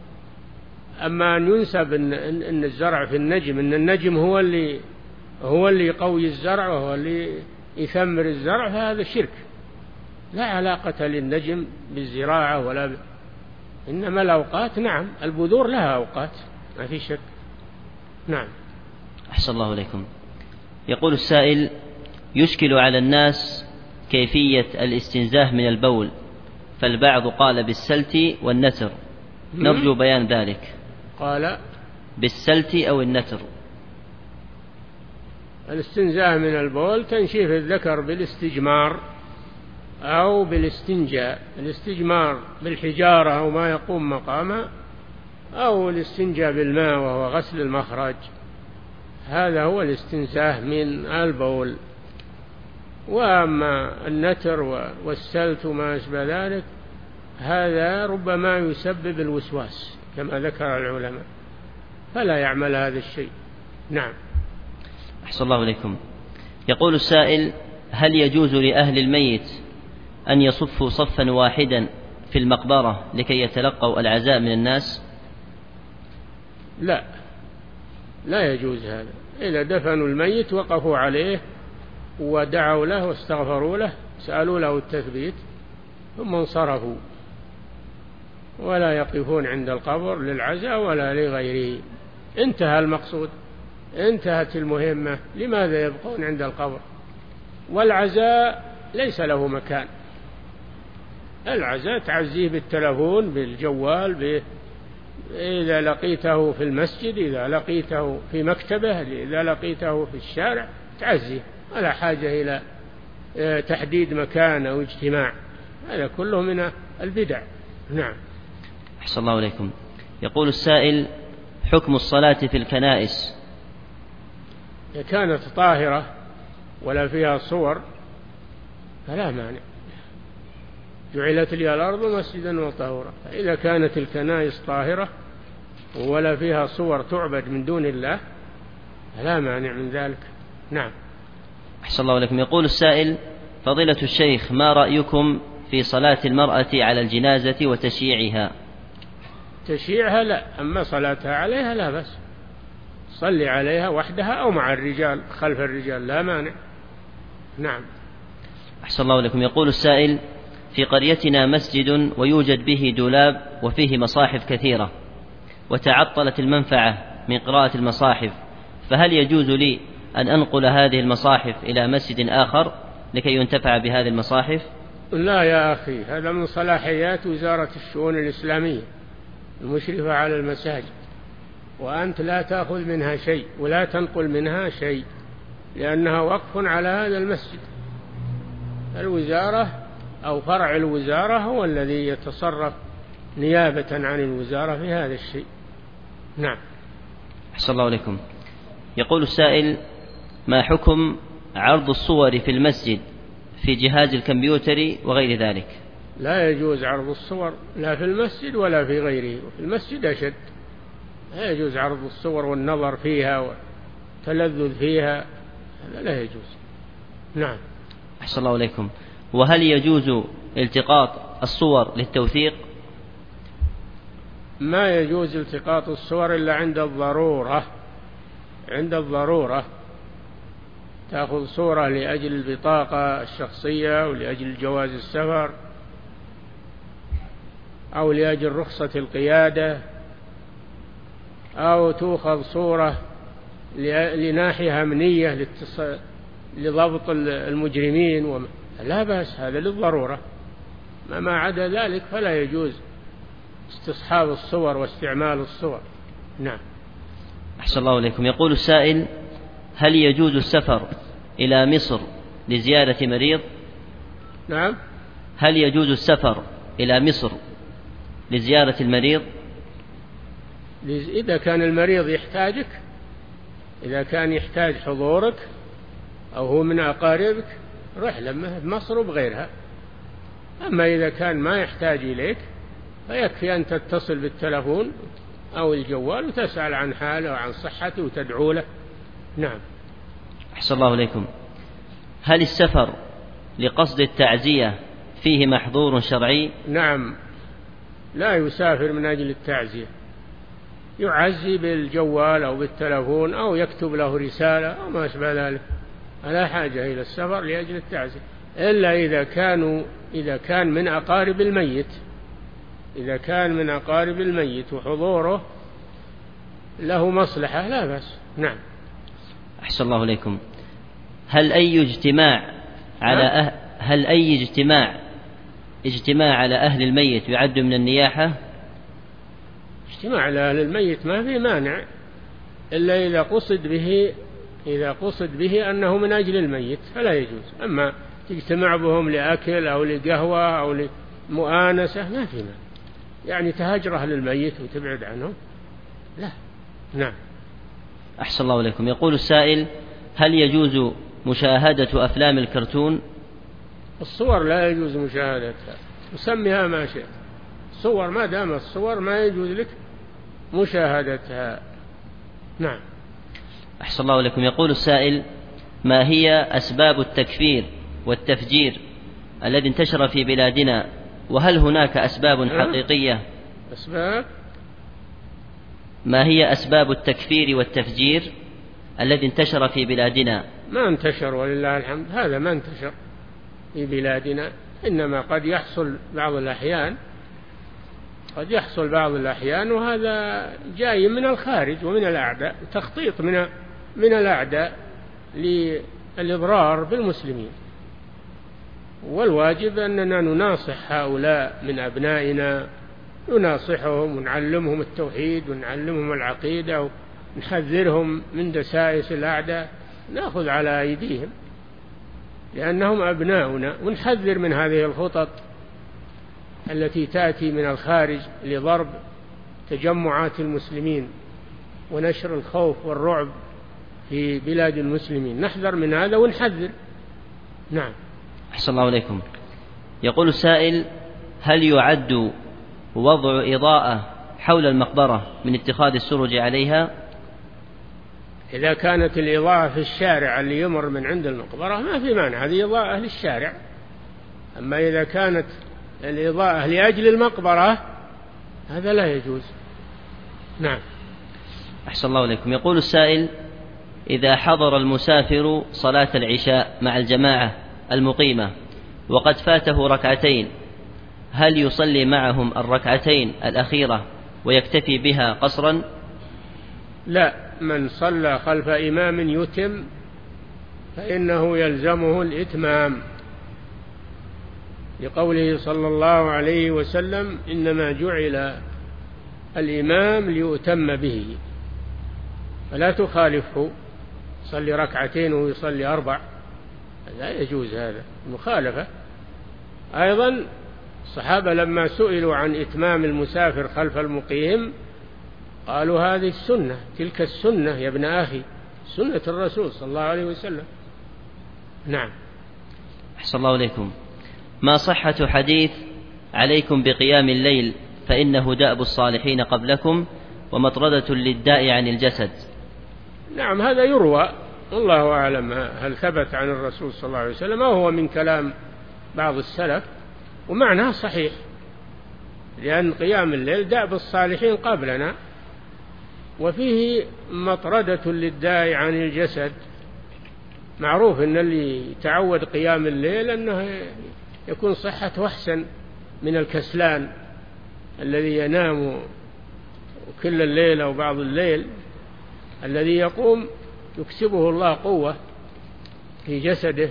أما أن ينسب إن, إن الزرع في النجم، إن النجم هو اللي هو اللي يقوي الزرع وهو اللي يثمر الزرع، فهذا شرك، لا علاقة للنجم بالزراعة ولا ب... إنما الأوقات، نعم، البذور لها أوقات، ما في شك. نعم. أحسن الله إليكم. يقول السائل: يشكل على الناس كيفية الاستنزاه من البول، فالبعض قال بالسلت والنتر، نرجو بيان ذلك. قال بالسلت أو النتر. الاستنزاه من البول تنشيف الذكر بالاستجمار أو بالاستنجاء، الاستجمار بالحجارة أو ما يقوم مقامه، أو الاستنجاء بالماء وهو غسل المخرج، هذا هو الاستنزاه من البول. وأما النتر والسلت وما أشبه ذلك هذا ربما يسبب الوسواس كما ذكر العلماء، فلا يعمل هذا الشيء. نعم. أحسن الله إليكم. يقول السائل: هل يجوز لأهل الميت أن يصفوا صفا واحدا في المقبرة لكي يتلقوا العزاء من الناس؟ لا، لا يجوز هذا. إذا دفنوا الميت وقفوا عليه ودعوا له واستغفروا له، سألوا له التثبيت، ثم انصرفوا، ولا يقفون عند القبر للعزاء ولا لغيره. انتهى المقصود، انتهت المهمة، لماذا يبقون عند القبر؟ والعزاء ليس له مكان، العزاء تعزيه بالتلفون، بالجوال، ب... إذا لقيته في المسجد، إذا لقيته في مكتبه، إذا لقيته في الشارع تعزيه، ولا حاجة إلى تحديد مكان أو اجتماع، هذا كله من البدع. نعم. أحسن الله إليكم. يقول السائل: حكم الصلاة في الكنائس؟ إذا كانت طاهرة ولا فيها صور فلا مانع، جعلت لي الأرض مسجدا وطهورا. فإذا كانت الكنائس طاهرة ولا فيها صور تعبد من دون الله فلا مانع من ذلك. نعم. أحسن الله إليكم. يقول السائل: فضيلة الشيخ، ما رأيكم في صلاة المرأة على الجنازة وتشييعها؟ تشييعها لا، أما صلاتها عليها لا بس، صلي عليها وحدها أو مع الرجال خلف الرجال لا مانع. نعم. أحسن الله إليكم. يقول السائل: في قريتنا مسجد ويوجد به دولاب وفيه مصاحف كثيرة، وتعطلت المنفعة من قراءة المصاحف، فهل يجوز لي أن أنقل هذه المصاحف إلى مسجد آخر لكي ينتفع بهذه المصاحف؟ لا يا أخي، هذا من صلاحيات وزارة الشؤون الإسلامية المشرفة على المساجد، وأنت لا تأخذ منها شيء ولا تنقل منها شيء، لأنها وقف على هذا المسجد. الوزارة أو فرع الوزارة هو الذي يتصرف نيابة عن الوزارة في هذا الشيء. نعم. أحسن الله إليكم. يقول السائل: ما حكم عرض الصور في المسجد في جهاز الكمبيوتر وغير ذلك؟ لا يجوز عرض الصور لا في المسجد ولا في غيره، وفي المسجد أشد. لا يجوز عرض الصور والنظر فيها والتلذذ فيها، هذا لا يجوز. نعم. أحسن الله إليكم. وهل يجوز التقاط الصور للتوثيق؟ ما يجوز التقاط الصور إلا عند الضرورة. عند الضرورة تأخذ صورة لأجل البطاقة الشخصية ولأجل جواز السفر أو لأجل رخصة القيادة، أو تأخذ صورة لناحية أمنية لضبط المجرمين وما. لا بأس، هذا للضرورة. ما عدا ذلك فلا يجوز استصحاب الصور واستعمال الصور. نعم. أحسن الله إليكم. يقول السائل: هل يجوز السفر إلى مصر لزيارة مريض؟ نعم. هل يجوز السفر إلى مصر لزيارة المريض؟ إذا كان المريض يحتاجك، إذا كان يحتاج حضورك أو هو من أقاربك، روح له مصر وبغيرها. أما إذا كان ما يحتاج إليك فيكفي أن تتصل بالتلفون أو الجوال وتسأل عن حاله وعن صحته وتدعو له. نعم. أحسن الله إليكم. هل السفر لقصد التعزية فيه محظور شرعي؟ نعم، لا يسافر من أجل التعزية، يعزي بالجوال أو بالتلفون أو يكتب له رسالة أو ما أشبه ذلك، لا حاجة إلى السفر لأجل التعزية، إلا إذا كانوا إذا كان من أقارب الميت إذا كان من أقارب الميت وحضوره له مصلحة لا بأس. نعم. أحسن الله إليكم. هل أي اجتماع على أه... هل أي اجتماع اجتماع على أهل الميت يعد من النياحة؟ اجتماع على أهل الميت ما في مانع، إلا إذا قصد به إذا قصد به أنه من أجل الميت فلا يجوز. أما تجتمع بهم لأكل أو لقهوة أو لمؤانسة ما في مانع، يعني تهجر أهل الميت وتبعد عنهم لا. نعم. أحسن الله إليكم. يقول السائل: هل يجوز مشاهدة أفلام الكرتون؟ الصور لا يجوز مشاهدتها، وسميها ما شئت، صور ما دام الصور ما يجوز لك مشاهدتها. نعم. أحسن الله إليكم. يقول السائل: ما هي أسباب التكفير والتفجير الذي انتشر في بلادنا، وهل هناك أسباب حقيقية؟ أسباب ما هي أسباب التكفير والتفجير الذي انتشر في بلادنا؟ ما انتشر ولله الحمد، هذا ما انتشر في بلادنا، إنما قد يحصل بعض الأحيان قد يحصل بعض الأحيان وهذا جاي من الخارج ومن الأعداء، تخطيط من من الأعداء للإضرار بالمسلمين. والواجب أننا نناصح هؤلاء من أبنائنا، نناصحهم ونعلمهم التوحيد ونعلمهم العقيدة ونحذرهم من دسائس الأعداء، نأخذ على أيديهم لأنهم أبناؤنا، ونحذر من هذه الخطط التي تأتي من الخارج لضرب تجمعات المسلمين ونشر الخوف والرعب في بلاد المسلمين. نحذر من هذا ونحذر. نعم. أحسن الله عليكم. يقول السائل: هل يعد وضع إضاءة حول المقبرة من اتخاذ السرج عليها؟ إذا كانت الإضاءة في الشارع اللي يمر من عند المقبرة ما في مانع، هذه إضاءة للشارع. أما إذا كانت الإضاءة لأجل المقبرة هذا لا يجوز. نعم. أحسن الله عليكم. يقول السائل: إذا حضر المسافر صلاة العشاء مع الجماعة المقيمة وقد فاته ركعتين، هل يصلي معهم الركعتين الأخيرة ويكتفي بها قصرا؟ لا، من صلى خلف إمام يتم فإنه يلزمه الإتمام، لقوله صلى الله عليه وسلم: إنما جعل الإمام ليؤتم به. فلا تخالفه، صلي ركعتين ويصلي أربع، لا يجوز هذا، مخالفة. أيضا الصحابة لما سئلوا عن إتمام المسافر خلف المقيم قالوا: هذه السنة، تلك السنة يا ابن أخي، سنة الرسول صلى الله عليه وسلم. نعم. أحسن الله عليكم. ما صحة حديث عليكم بقيام الليل فإنه دأب الصالحين قبلكم ومطردة للداء عن الجسد؟ نعم، هذا يروى، والله أعلم هل ثبت عن الرسول صلى الله عليه وسلم أو هو من كلام بعض السلف، ومعناه صحيح، لأن قيام الليل دأب الصالحين قبلنا، وفيه مطردة للداء عن الجسد. معروف أن اللي تعود قيام الليل أنه يكون صحته أحسن من الكسلان الذي ينام كل الليل أو بعض الليل. الذي يقوم يكسبه الله قوة في جسده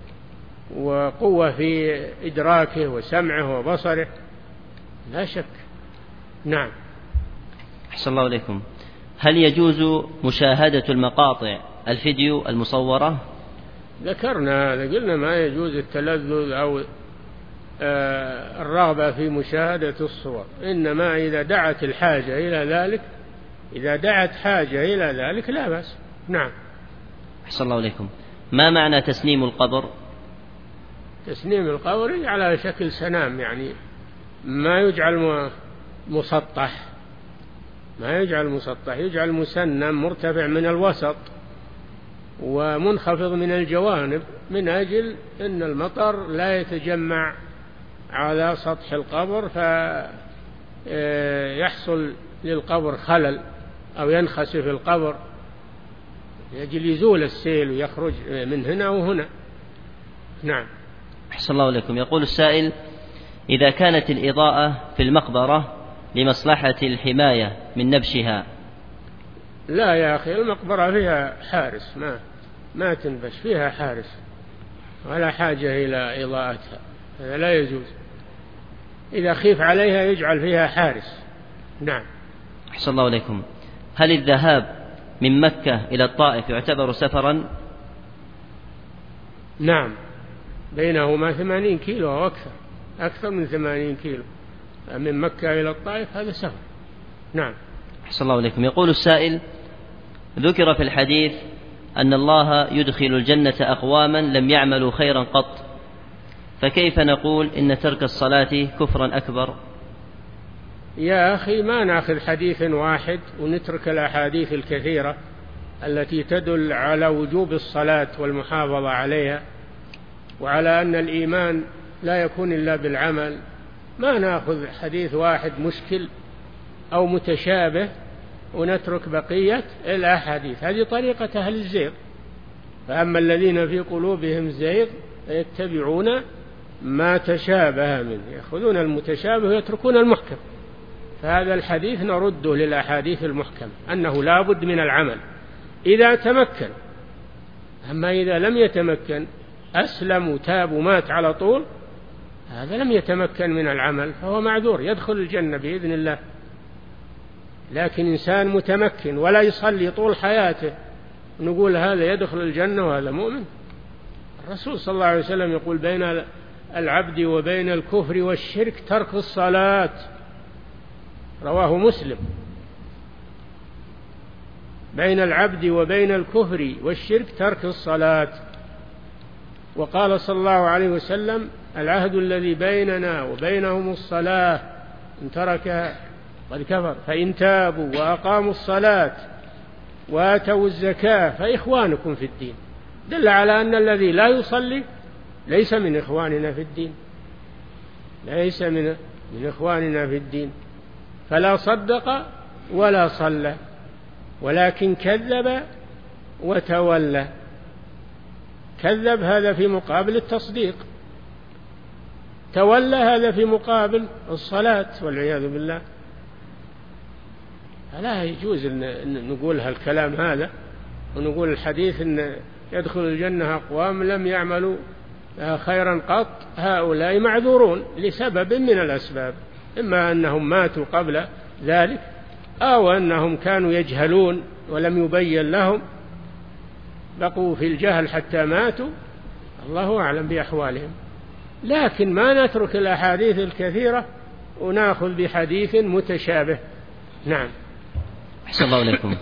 وقوة في إدراكه وسمعه وبصره، لا شك. نعم. أحسن الله عليكم. هل يجوز مشاهدة المقاطع الفيديو المصورة؟ ذكرنا هذا، قلنا ما يجوز التلذذ أو آه الرغبة في مشاهدة الصور، إنما إذا دعت الحاجة إلى ذلك، إذا دعت حاجة إلى ذلك لا بأس. نعم. أحسن الله عليكم. ما معنى تسنيم القبر؟ تسنيم القبر على شكل سنام، يعني ما يجعل مسطح، ما يجعل مسطح، يجعل مسنم مرتفع من الوسط ومنخفض من الجوانب، من أجل أن المطر لا يتجمع على سطح القبر فيحصل للقبر خلل أو ينخسف القبر، يجل يزول السيل ويخرج من هنا وهنا. نعم. أحسن الله عليكم. يقول السائل: إذا كانت الإضاءة في المقبرة لمصلحة الحماية من نبشها؟ لا يا أخي، المقبرة فيها حارس، ما ما تنبش، فيها حارس ولا حاجة إلى إضاءتها، هذا لا يجوز. إذا خيف عليها يجعل فيها حارس. نعم. أحسن الله عليكم. هل الذهاب من مكة إلى الطائف يعتبر سفرا؟ نعم، بينهما ثمانين كيلو أو أكثر، أكثر من ثمانين كيلو من مكة إلى الطائف، هذا سفر. نعم. أحسن الله عليكم. يقول السائل: ذكر في الحديث أن الله يدخل الجنة أقواما لم يعملوا خيرا قط، فكيف نقول إن ترك الصلاة كفرا أكبر؟ يا أخي، ما نأخذ حديث واحد ونترك الأحاديث الكثيرة التي تدل على وجوب الصلاة والمحافظة عليها، وعلى أن الإيمان لا يكون إلا بالعمل. ما نأخذ حديث واحد مشكل أو متشابه ونترك بقية الأحاديث، هذه طريقة أهل الزيغ. فأما الذين في قلوبهم زيغ يتبعون ما تشابه منه، يأخذون المتشابه ويتركون المحكم. فهذا الحديث نرده للأحاديث المحكم، أنه لا بد من العمل إذا تمكن. أما إذا لم يتمكن، أسلم وتاب ومات على طول، هذا لم يتمكن من العمل فهو معذور، يدخل الجنة بإذن الله. لكن إنسان متمكن ولا يصلي طول حياته نقول هذا يدخل الجنة وهذا مؤمن؟ الرسول صلى الله عليه وسلم يقول: بين العبد وبين الكفر والشرك ترك الصلاة، رواه مسلم. بين العبد وبين الكفر والشرك ترك الصلاة. وقال صلى الله عليه وسلم: العهد الذي بيننا وبينهم الصلاة، إن تركها قد كفر، فإن تابوا وأقاموا الصلاة وآتوا الزكاة فإخوانكم في الدين. دل على أن الذي لا يصلي ليس من إخواننا في الدين، ليس من من إخواننا في الدين، فلا صدق ولا صلى، ولكن كذب وتولى. كذب هذا في مقابل التصديق، تولى هذا في مقابل الصلاة، والعياذ بالله. فلا يجوز أن نقول هالكلام هذا ونقول الحديث أن يدخل الجنة أقوام لم يعملوا خيرا قط، هؤلاء معذورون لسبب من الأسباب، إما أنهم ماتوا قبل ذلك، أو أنهم كانوا يجهلون ولم يبين لهم، بقوا في الجهل حتى ماتوا، الله أعلم بأحوالهم. لكن ما نترك الأحاديث الكثيرة ونأخذ بحديث متشابه. نعم. أحسن الله إليكم.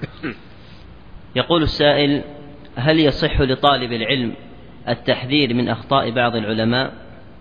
يقول السائل: هل يصح لطالب العلم التحذير من أخطاء بعض العلماء؟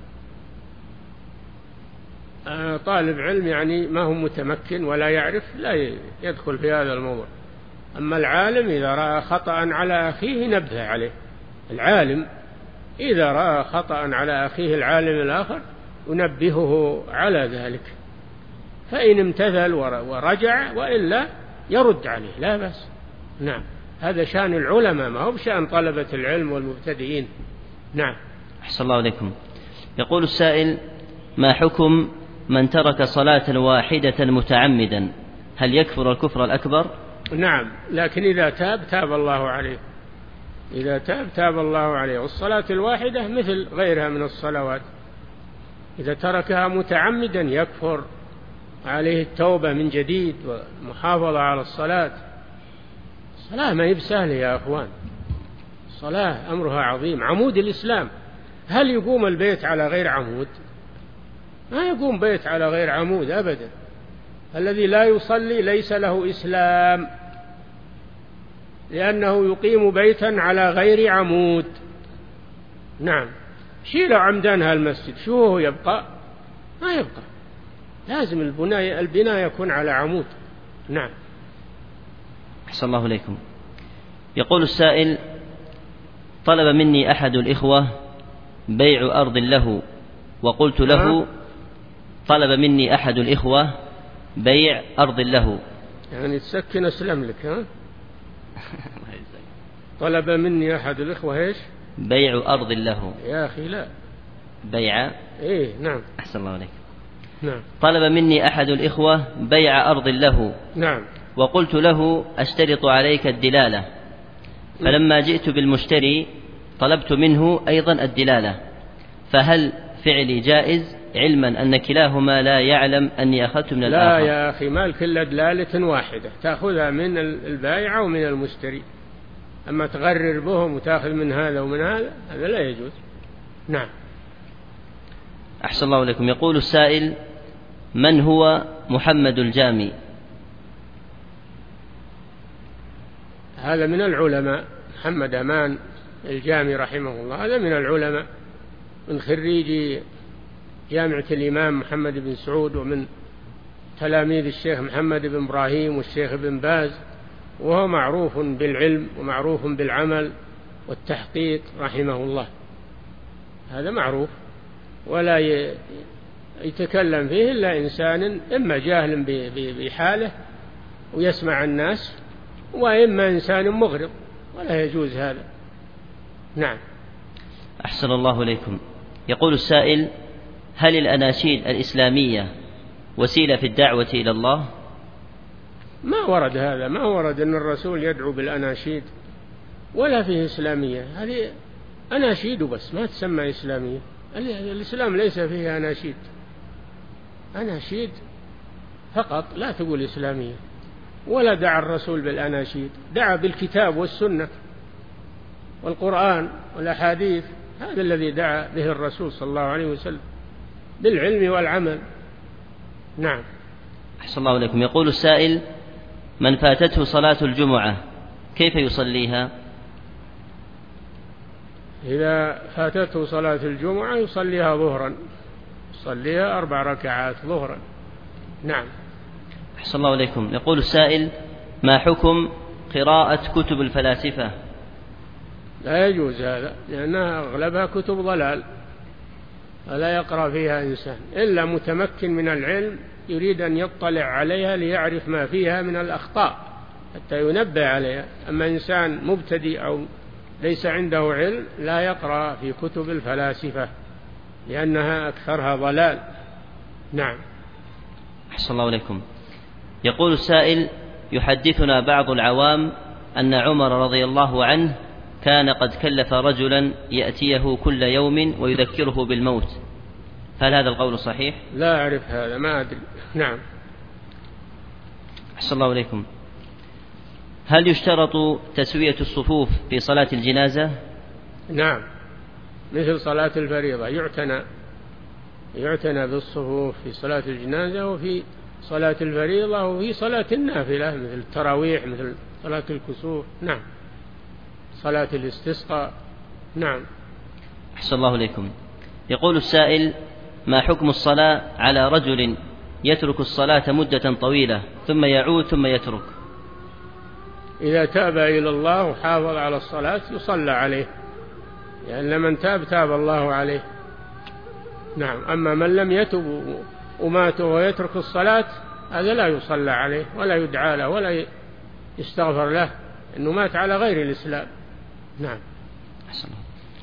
آه طالب علم يعني ما هو متمكن ولا يعرف لا يدخل في هذا الموضوع. أما العالم إذا رأى خطأ على أخيه نبه عليه. العالم إذا رأى خطأ على أخيه العالم الآخر ينبهه على ذلك، فإن امتثل ورجع وإلا يرد عليه، لا بأس. نعم، هذا شأن العلماء، ما هو بشأن طلبة العلم والمبتدئين. نعم. أحسن الله عليكم. يقول السائل: ما حكم من ترك صلاة واحدة متعمدا؟ هل يكفر الكفر الأكبر؟ نعم، لكن إذا تاب تاب الله عليه، إذا تاب تاب الله عليه. والصلاة الواحدة مثل غيرها من الصلوات، إذا تركها متعمدا يكفر، عليه التوبة من جديد ومحافظة على الصلاة. الصلاة ما هي بسهلة يا أخوان، الصلاة أمرها عظيم، عمود الإسلام. هل يقوم البيت على غير عمود؟ ما يقوم بيت على غير عمود أبدا. الذي لا يصلي ليس له إسلام، لأنه يقيم بيتا على غير عمود. نعم، شيلوا عمدان هالمسجد، شو هو يبقى؟ ما يبقى، لازم البناء البناء يكون على عمود. نعم. أحسن الله إليكم. يقول السائل: طلب مني أحد الإخوة بيع أرض له، وقلت له طلب مني أحد الإخوة بيع أرض له. يعني تسكن أسلم لك، ها؟ طلب مني أحد الإخوة إيش؟ بيع أرض له. يا أخي لا، بيع. إيه نعم. أحسن الله عليك. نعم. طلب مني أحد الإخوة بيع أرض له. نعم. وقلت له أشترط عليك الدلالة، فلما جئت بالمشتري طلبت منه أيضا الدلالة، فهل فعلي جائز علما أن كلاهما لا يعلم أني أخذت من الآخر؟ لا يا أخي، ما كل دلالة واحدة، تأخذها من البائع ومن المشتري، أما تغرر بهم وتأخذ من هذا ومن هذا، هذا لا يجوز. نعم. أحسن الله لكم. يقول السائل: من هو محمد الجامي؟ هذا من العلماء، محمد أمان الجامي رحمه الله، هذا من العلماء، من خريجي جامعة الإمام محمد بن سعود، ومن تلاميذ الشيخ محمد بن إبراهيم والشيخ بن باز، وهو معروف بالعلم ومعروف بالعمل والتحقيق رحمه الله، هذا معروف، ولا يتكلم فيه إلا إنسان إما جاهل بحاله ويسمع الناس، وإما إنسان مغرض، ولا يجوز هذا. نعم. أحسن الله إليكم. يقول السائل: هل الأناشيد الإسلامية وسيلة في الدعوة إلى الله؟ ما ورد هذا، ما ورد أن الرسول يدعو بالأناشيد ولا فيه إسلامية، هذه أناشيد بس ما تسمى إسلامية. الإسلام ليس فيه أناشيد، أناشيد فقط، لا تقول إسلامية. ولا دعا الرسول بالأناشيد، دعا بالكتاب والسنة والقرآن والأحاديث، هذا الذي دعا به الرسول صلى الله عليه وسلم بالعلم والعمل. نعم. أحسن الله إليكم. يقول السائل: من فاتته صلاة الجمعة كيف يصليها؟ إذا فاتته صلاة الجمعة يصليها ظهرا، يصليها أربع ركعات ظهرا. نعم. أحسن الله إليكم. يقول السائل: ما حكم قراءة كتب الفلاسفة؟ لا يجوز هذا، لأنها أغلبها كتب ضلال، فلا يقرأ فيها إنسان إلا متمكن من العلم يريد أن يطلع عليها ليعرف ما فيها من الأخطاء حتى ينبه عليها. أما إنسان مبتدئ أو ليس عنده علم لا يقرأ في كتب الفلاسفة لأنها أكثرها ضلال. نعم. أحسن الله إليكم. يقول السائل: يحدثنا بعض العوام أن عمر رضي الله عنه كان قد كلف رجلا يأتيه كل يوم ويذكره بالموت، هل هذا القول صحيح؟ لا أعرف هذا، ما أدري. نعم. أحسن الله إليكم. هل يشترط تسوية الصفوف في صلاة الجنازة؟ نعم، مثل صلاة الفريضة يعتنى يعتنى بالصفوف في صلاة الجنازة وفي صلاة الفريضة وفي صلاة النافلة مثل التراويح، مثل صلاة الكسوف. نعم. صلاة الاستسقاء. نعم. أحسن الله إليكم. يقول السائل: ما حكم الصلاة على رجل يترك الصلاة مدة طويلة ثم يعود ثم يترك؟ إذا تاب إلى الله وحافظ على الصلاة يصلى عليه، لأن يعني من تاب تاب الله عليه. نعم. أما من لم يتب ومات ويترك الصلاة هذا لا يصلى عليه ولا يدعى له ولا يستغفر له، إنه مات على غير الإسلام. نعم. أحسن.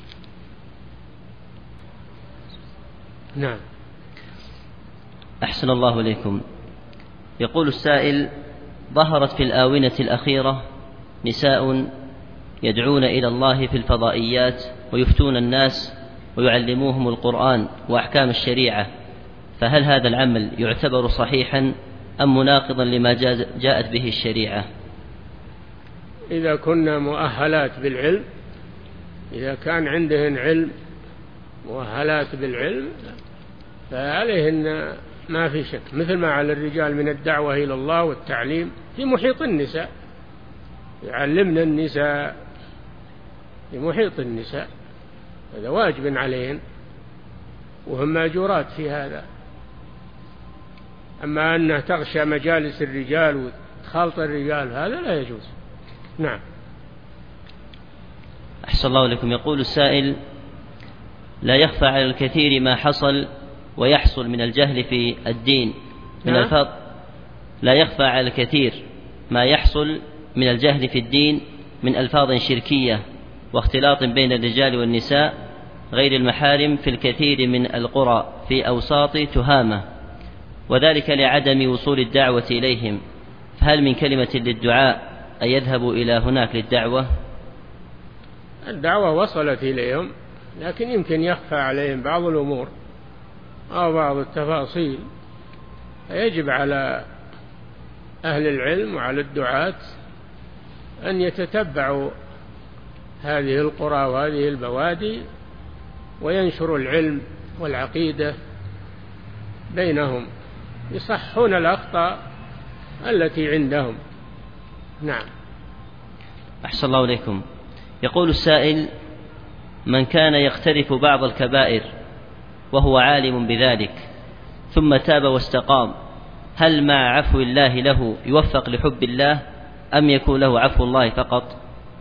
نعم. أحسن الله إليكم. يقول السائل: ظهرت في الآونة الأخيرة نساء يدعون إلى الله في الفضائيات ويفتون الناس ويعلموهم القرآن وأحكام الشريعة، فهل هذا العمل يعتبر صحيحا أم مناقضا لما جاءت به الشريعة؟ إذا كنا مؤهلات بالعلم، إذا كان عندهن علم مؤهلات بالعلم فعليهن ما في شك، مثل ما على الرجال من الدعوة إلى الله والتعليم في محيط النساء، يعلمنا النساء في محيط النساء، هذا واجب عليهن وهم ماجورات في هذا. أما أنها تغشى مجالس الرجال وتخالط الرجال هذا لا يجوز. نعم. أحسن الله لكم. يقول السائل: لا يخفى على الكثير ما حصل ويحصل من الجهل في الدين من نعم. الفاظ لا يخفى على الكثير ما يحصل من الجهل في الدين من ألفاظ شركية واختلاط بين الرجال والنساء غير المحارم في الكثير من القرى في أوساط تهامة، وذلك لعدم وصول الدعوة إليهم، فهل من كلمة للدعاء أن يذهبوا إلى هناك للدعوة؟ الدعوة وصلت إليهم لكن يمكن يخفى عليهم بعض الأمور أو بعض التفاصيل، فيجب على أهل العلم وعلى الدعاة أن يتتبعوا هذه القرى وهذه البوادي وينشروا العلم والعقيدة بينهم، يصحون الأخطاء التي عندهم. نعم. أحسن الله إليكم. يقول السائل: من كان يقترف بعض الكبائر وهو عالم بذلك ثم تاب واستقام، هل مع عفو الله له يوفق لحب الله أم يكون له عفو الله فقط؟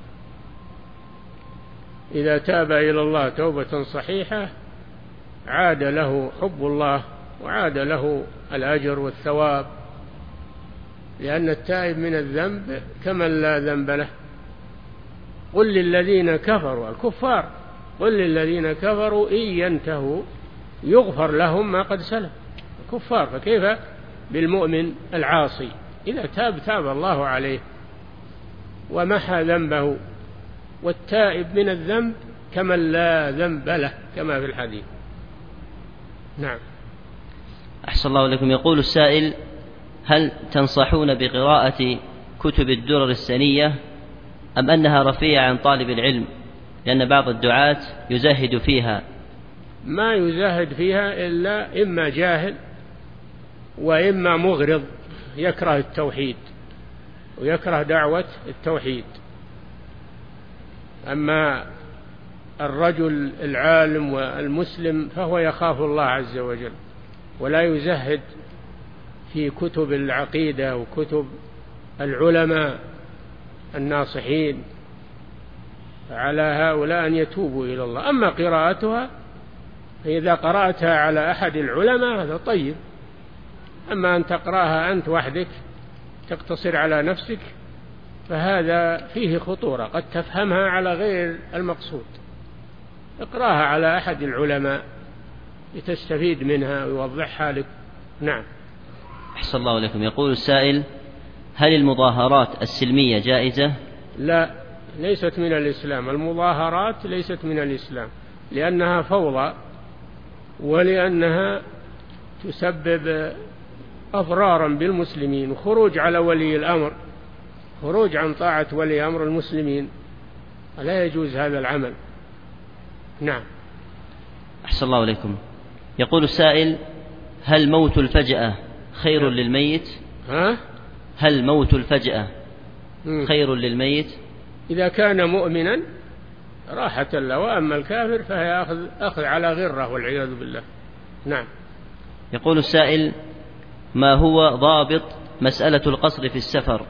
إذا تاب إلى الله توبة صحيحة عاد له حب الله وعاد له الأجر والثواب، لأن التائب من الذنب كمن لا ذنب له. قل للذين كفروا الكفار قل للذين كفروا إن ينتهوا يغفر لهم ما قد سلف. الكفار، فكيف بالمؤمن العاصي؟ إذا تاب تاب الله عليه ومحى ذنبه، والتائب من الذنب كمن لا ذنب له كما في الحديث. نعم. أحسن الله لكم. يقول السائل: هل تنصحون بقراءة كتب الدرر السنية أم أنها رفيعة عن طالب العلم لأن بعض الدعاة يزهد فيها. ما يزهد فيها إلا إما جاهل وإما مغرض يكره التوحيد ويكره دعوة التوحيد. أما الرجل العالم والمسلم فهو يخاف الله عز وجل ولا يزهد في كتب العقيدة وكتب العلماء الناصحين، على هؤلاء أن يتوبوا إلى الله. أما قراءتها فإذا قرأتها على أحد العلماء هذا طيب، أما أن تقرأها أنت وحدك تقتصر على نفسك فهذا فيه خطورة، قد تفهمها على غير المقصود. اقرأها على أحد العلماء لتستفيد منها ويوضحها لك. نعم. أحسن الله لكم. يقول السائل: هل المظاهرات السلمية جائزة؟ لا، ليست من الإسلام. المظاهرات ليست من الإسلام لأنها فوضى ولأنها تسبب أضرارا بالمسلمين وخروج على ولي الأمر، خروج عن طاعة ولي أمر المسلمين، لا يجوز هذا العمل. نعم. أحسن الله إليكم. يقول السائل: هل موت الفجأة خير للميت؟ ها؟ هل موت الفجأة خير للميت؟ إذا كان مؤمنا راحة له، وأما الكافر فهي أخذ, أخذ على غره والعياذ بالله. نعم. يقول السائل: ما هو ضابط مسألة القصر في السفر؟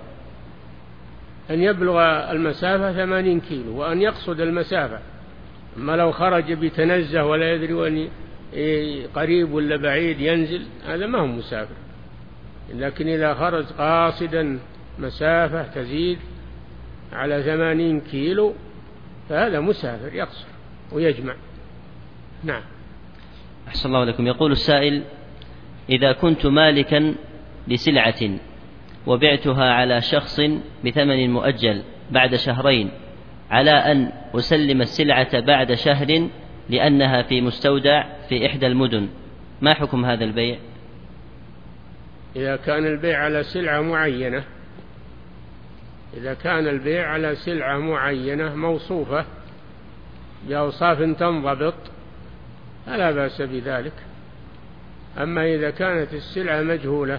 أن يبلغ المسافة ثمانين كيلو وأن يقصد المسافة. أما لو خرج بتنزه ولا يدري وأن قريب ولا بعيد ينزل هذا ما هو مسافر. لكن إذا خرج قاصدا مسافة تزيد على ثمانين كيلو فهذا مسافر يقصر ويجمع. نعم. أحسن الله لكم. يقول السائل: إذا كنت مالكا لسلعة وبعتها على شخص بثمن مؤجل بعد شهرين على أن أسلم السلعة بعد شهر لأنها في مستودع في إحدى المدن، ما حكم هذا البيع؟ إذا كان البيع على سلعة معينة إذا كان البيع على سلعة معينة موصوفة بأوصاف تنضبط فلا بأس بذلك. أما إذا كانت السلعة مجهولة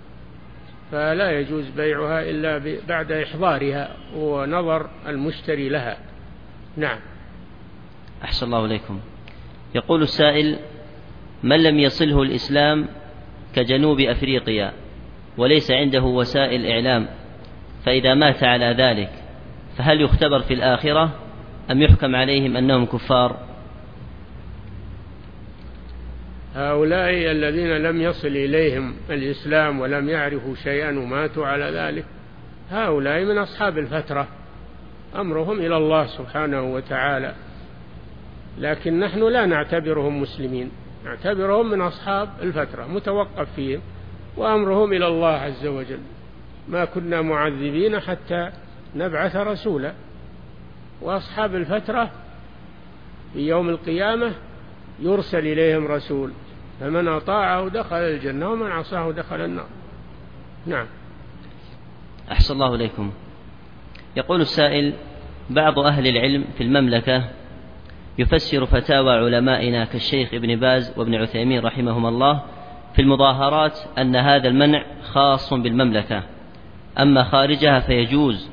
فلا يجوز بيعها إلا بعد إحضارها ونظر المشتري لها. نعم. أحسن الله إليكم. يقول السائل: من لم يصله الإسلام كجنوب أفريقيا وليس عنده وسائل إعلام، فإذا مات على ذلك فهل يختبر في الآخرة أم يحكم عليهم أنهم كفار؟ هؤلاء الذين لم يصل إليهم الإسلام ولم يعرفوا شيئا وماتوا على ذلك هؤلاء من أصحاب الفترة، أمرهم إلى الله سبحانه وتعالى، لكن نحن لا نعتبرهم مسلمين، نعتبرهم من أصحاب الفترة متوقف فيهم وأمرهم إلى الله عز وجل. ما كنا معذبين حتى نبعث رسولا. وأصحاب الفترة في يوم القيامة يرسل إليهم رسول، فمن أطاعه دخل الجنة ومن عصاه دخل النار. نعم. أحسن الله إليكم. يقول السائل: بعض أهل العلم في المملكة يفسر فتاوى علمائنا كالشيخ ابن باز وابن عثيمين رحمهم الله في المظاهرات أن هذا المنع خاص بالمملكة، أما خارجها فيجوز.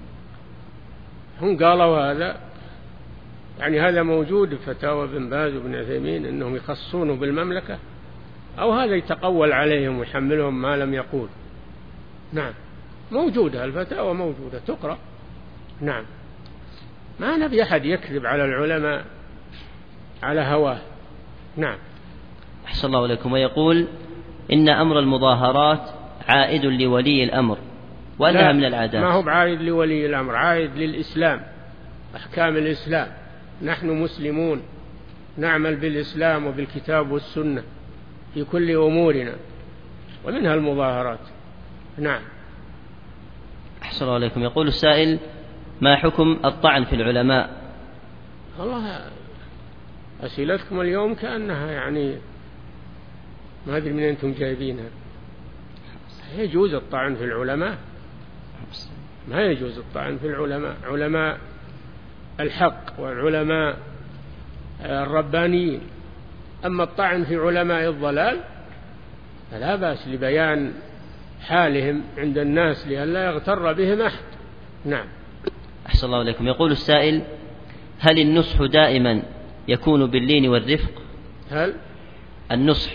هم قالوا هذا، يعني هذا موجود في فتاوى ابن باز وابن عثيمين أنهم يخصونه بالمملكة، أو هذا يتقول عليهم ويحملهم ما لم يقول. نعم، موجودة الفتاوى، موجودة تقرأ. نعم، ما نبي أحد يكذب على العلماء على هواه. نعم. أحسن الله إليكم. ويقول: إن أمر المظاهرات عائد لولي الأمر وأنها من العادات. ما هو بعائد لولي الأمر، عائد للإسلام، أحكام الإسلام. نحن مسلمون نعمل بالإسلام وبالكتاب والسنة في كل أمورنا ومنها المظاهرات. نعم. أحسن الله عليكم. يقول السائل: ما حكم الطعن في العلماء؟ والله أسئلتكم اليوم كأنها يعني ما أدري من أنتم جايبينها. يجوز الطعن في العلماء؟ ما يجوز الطعن في العلماء. علماء الحق والعلماء الربانيين. أما الطعن في علماء الضلال فلا بأس لبيان حالهم عند الناس لئلا يغتر بهم أحد. نعم. أحسن الله إليكم. يقول السائل: هل النصح دائما يكون باللين والرفق؟ هل النصح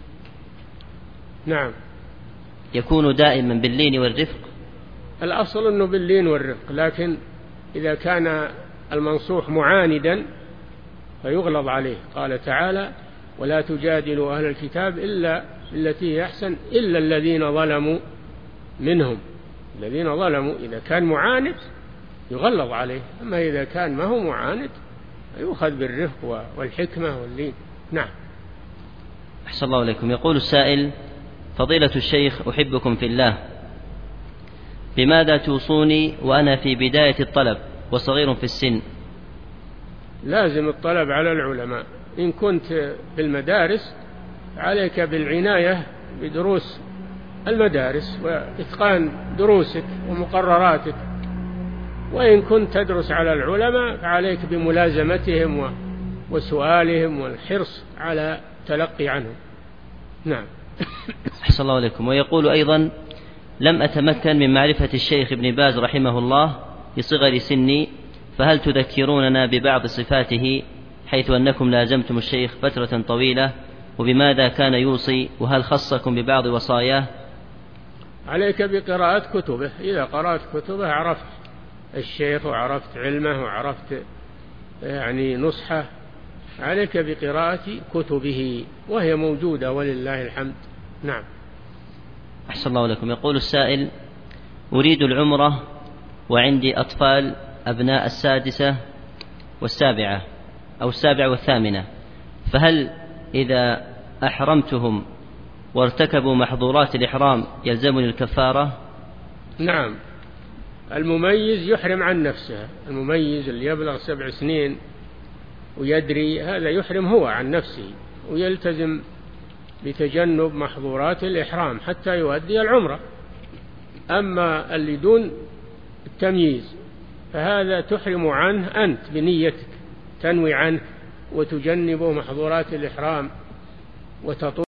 نعم يكون دائما باللين والرفق؟ الأصل أنه باللين والرفق، لكن إذا كان المنصوح معاندا فيغلظ عليه. قال تعالى: ولا تجادلوا أهل الكتاب إلا التي هي أحسن إلا الذين ظلموا منهم. الذين ظلموا إذا كان معاند يغلظ عليه، أما إذا كان ما هو معاند يؤخذ بالرفق والحكمة واللين. نعم. أحسن الله إليكم. يقول السائل: فضيلة الشيخ، أحبكم في الله، بماذا توصوني وأنا في بداية الطلب وصغير في السن؟ لازم الطلب على العلماء. إن كنت في المدارس عليك بالعناية بدروس المدارس وإتقان دروسك ومقرراتك، وإن كنت تدرس على العلماء فعليك بملازمتهم وسؤالهم والحرص على التلقي عنهم. نعم. أحسن الله عليكم. ويقول أيضا: لم أتمكن من معرفة الشيخ ابن باز رحمه الله بصغر سني، فهل تذكروننا ببعض صفاته حيث أنكم لازمتم الشيخ فترة طويلة، وبماذا كان يوصي، وهل خصكم ببعض وصاياه؟ عليك بقراءة كتبه. إذا قرأت كتبه عرفت الشيخ وعرفت علمه وعرفت يعني نصحه. عليك بقراءة كتبه وهي موجودة ولله الحمد. نعم. أحسن الله لكم. يقول السائل: أريد العمرة وعندي أطفال أبناء السادسة والسابعة أو السابعة والثامنة، فهل إذا أحرمتهم وارتكبوا محظورات الإحرام يلزمني الكفارة؟ نعم. المميز يحرم عن نفسه. المميز اللي يبلغ سبع سنين ويدري هذا يحرم هو عن نفسه ويلتزم بتجنب محظورات الإحرام حتى يؤدي العمرة. أما اللي دون التمييز فهذا تحرم عنه أنت بنيتك، تنوي عنه وتجنب محظورات الإحرام وتطوع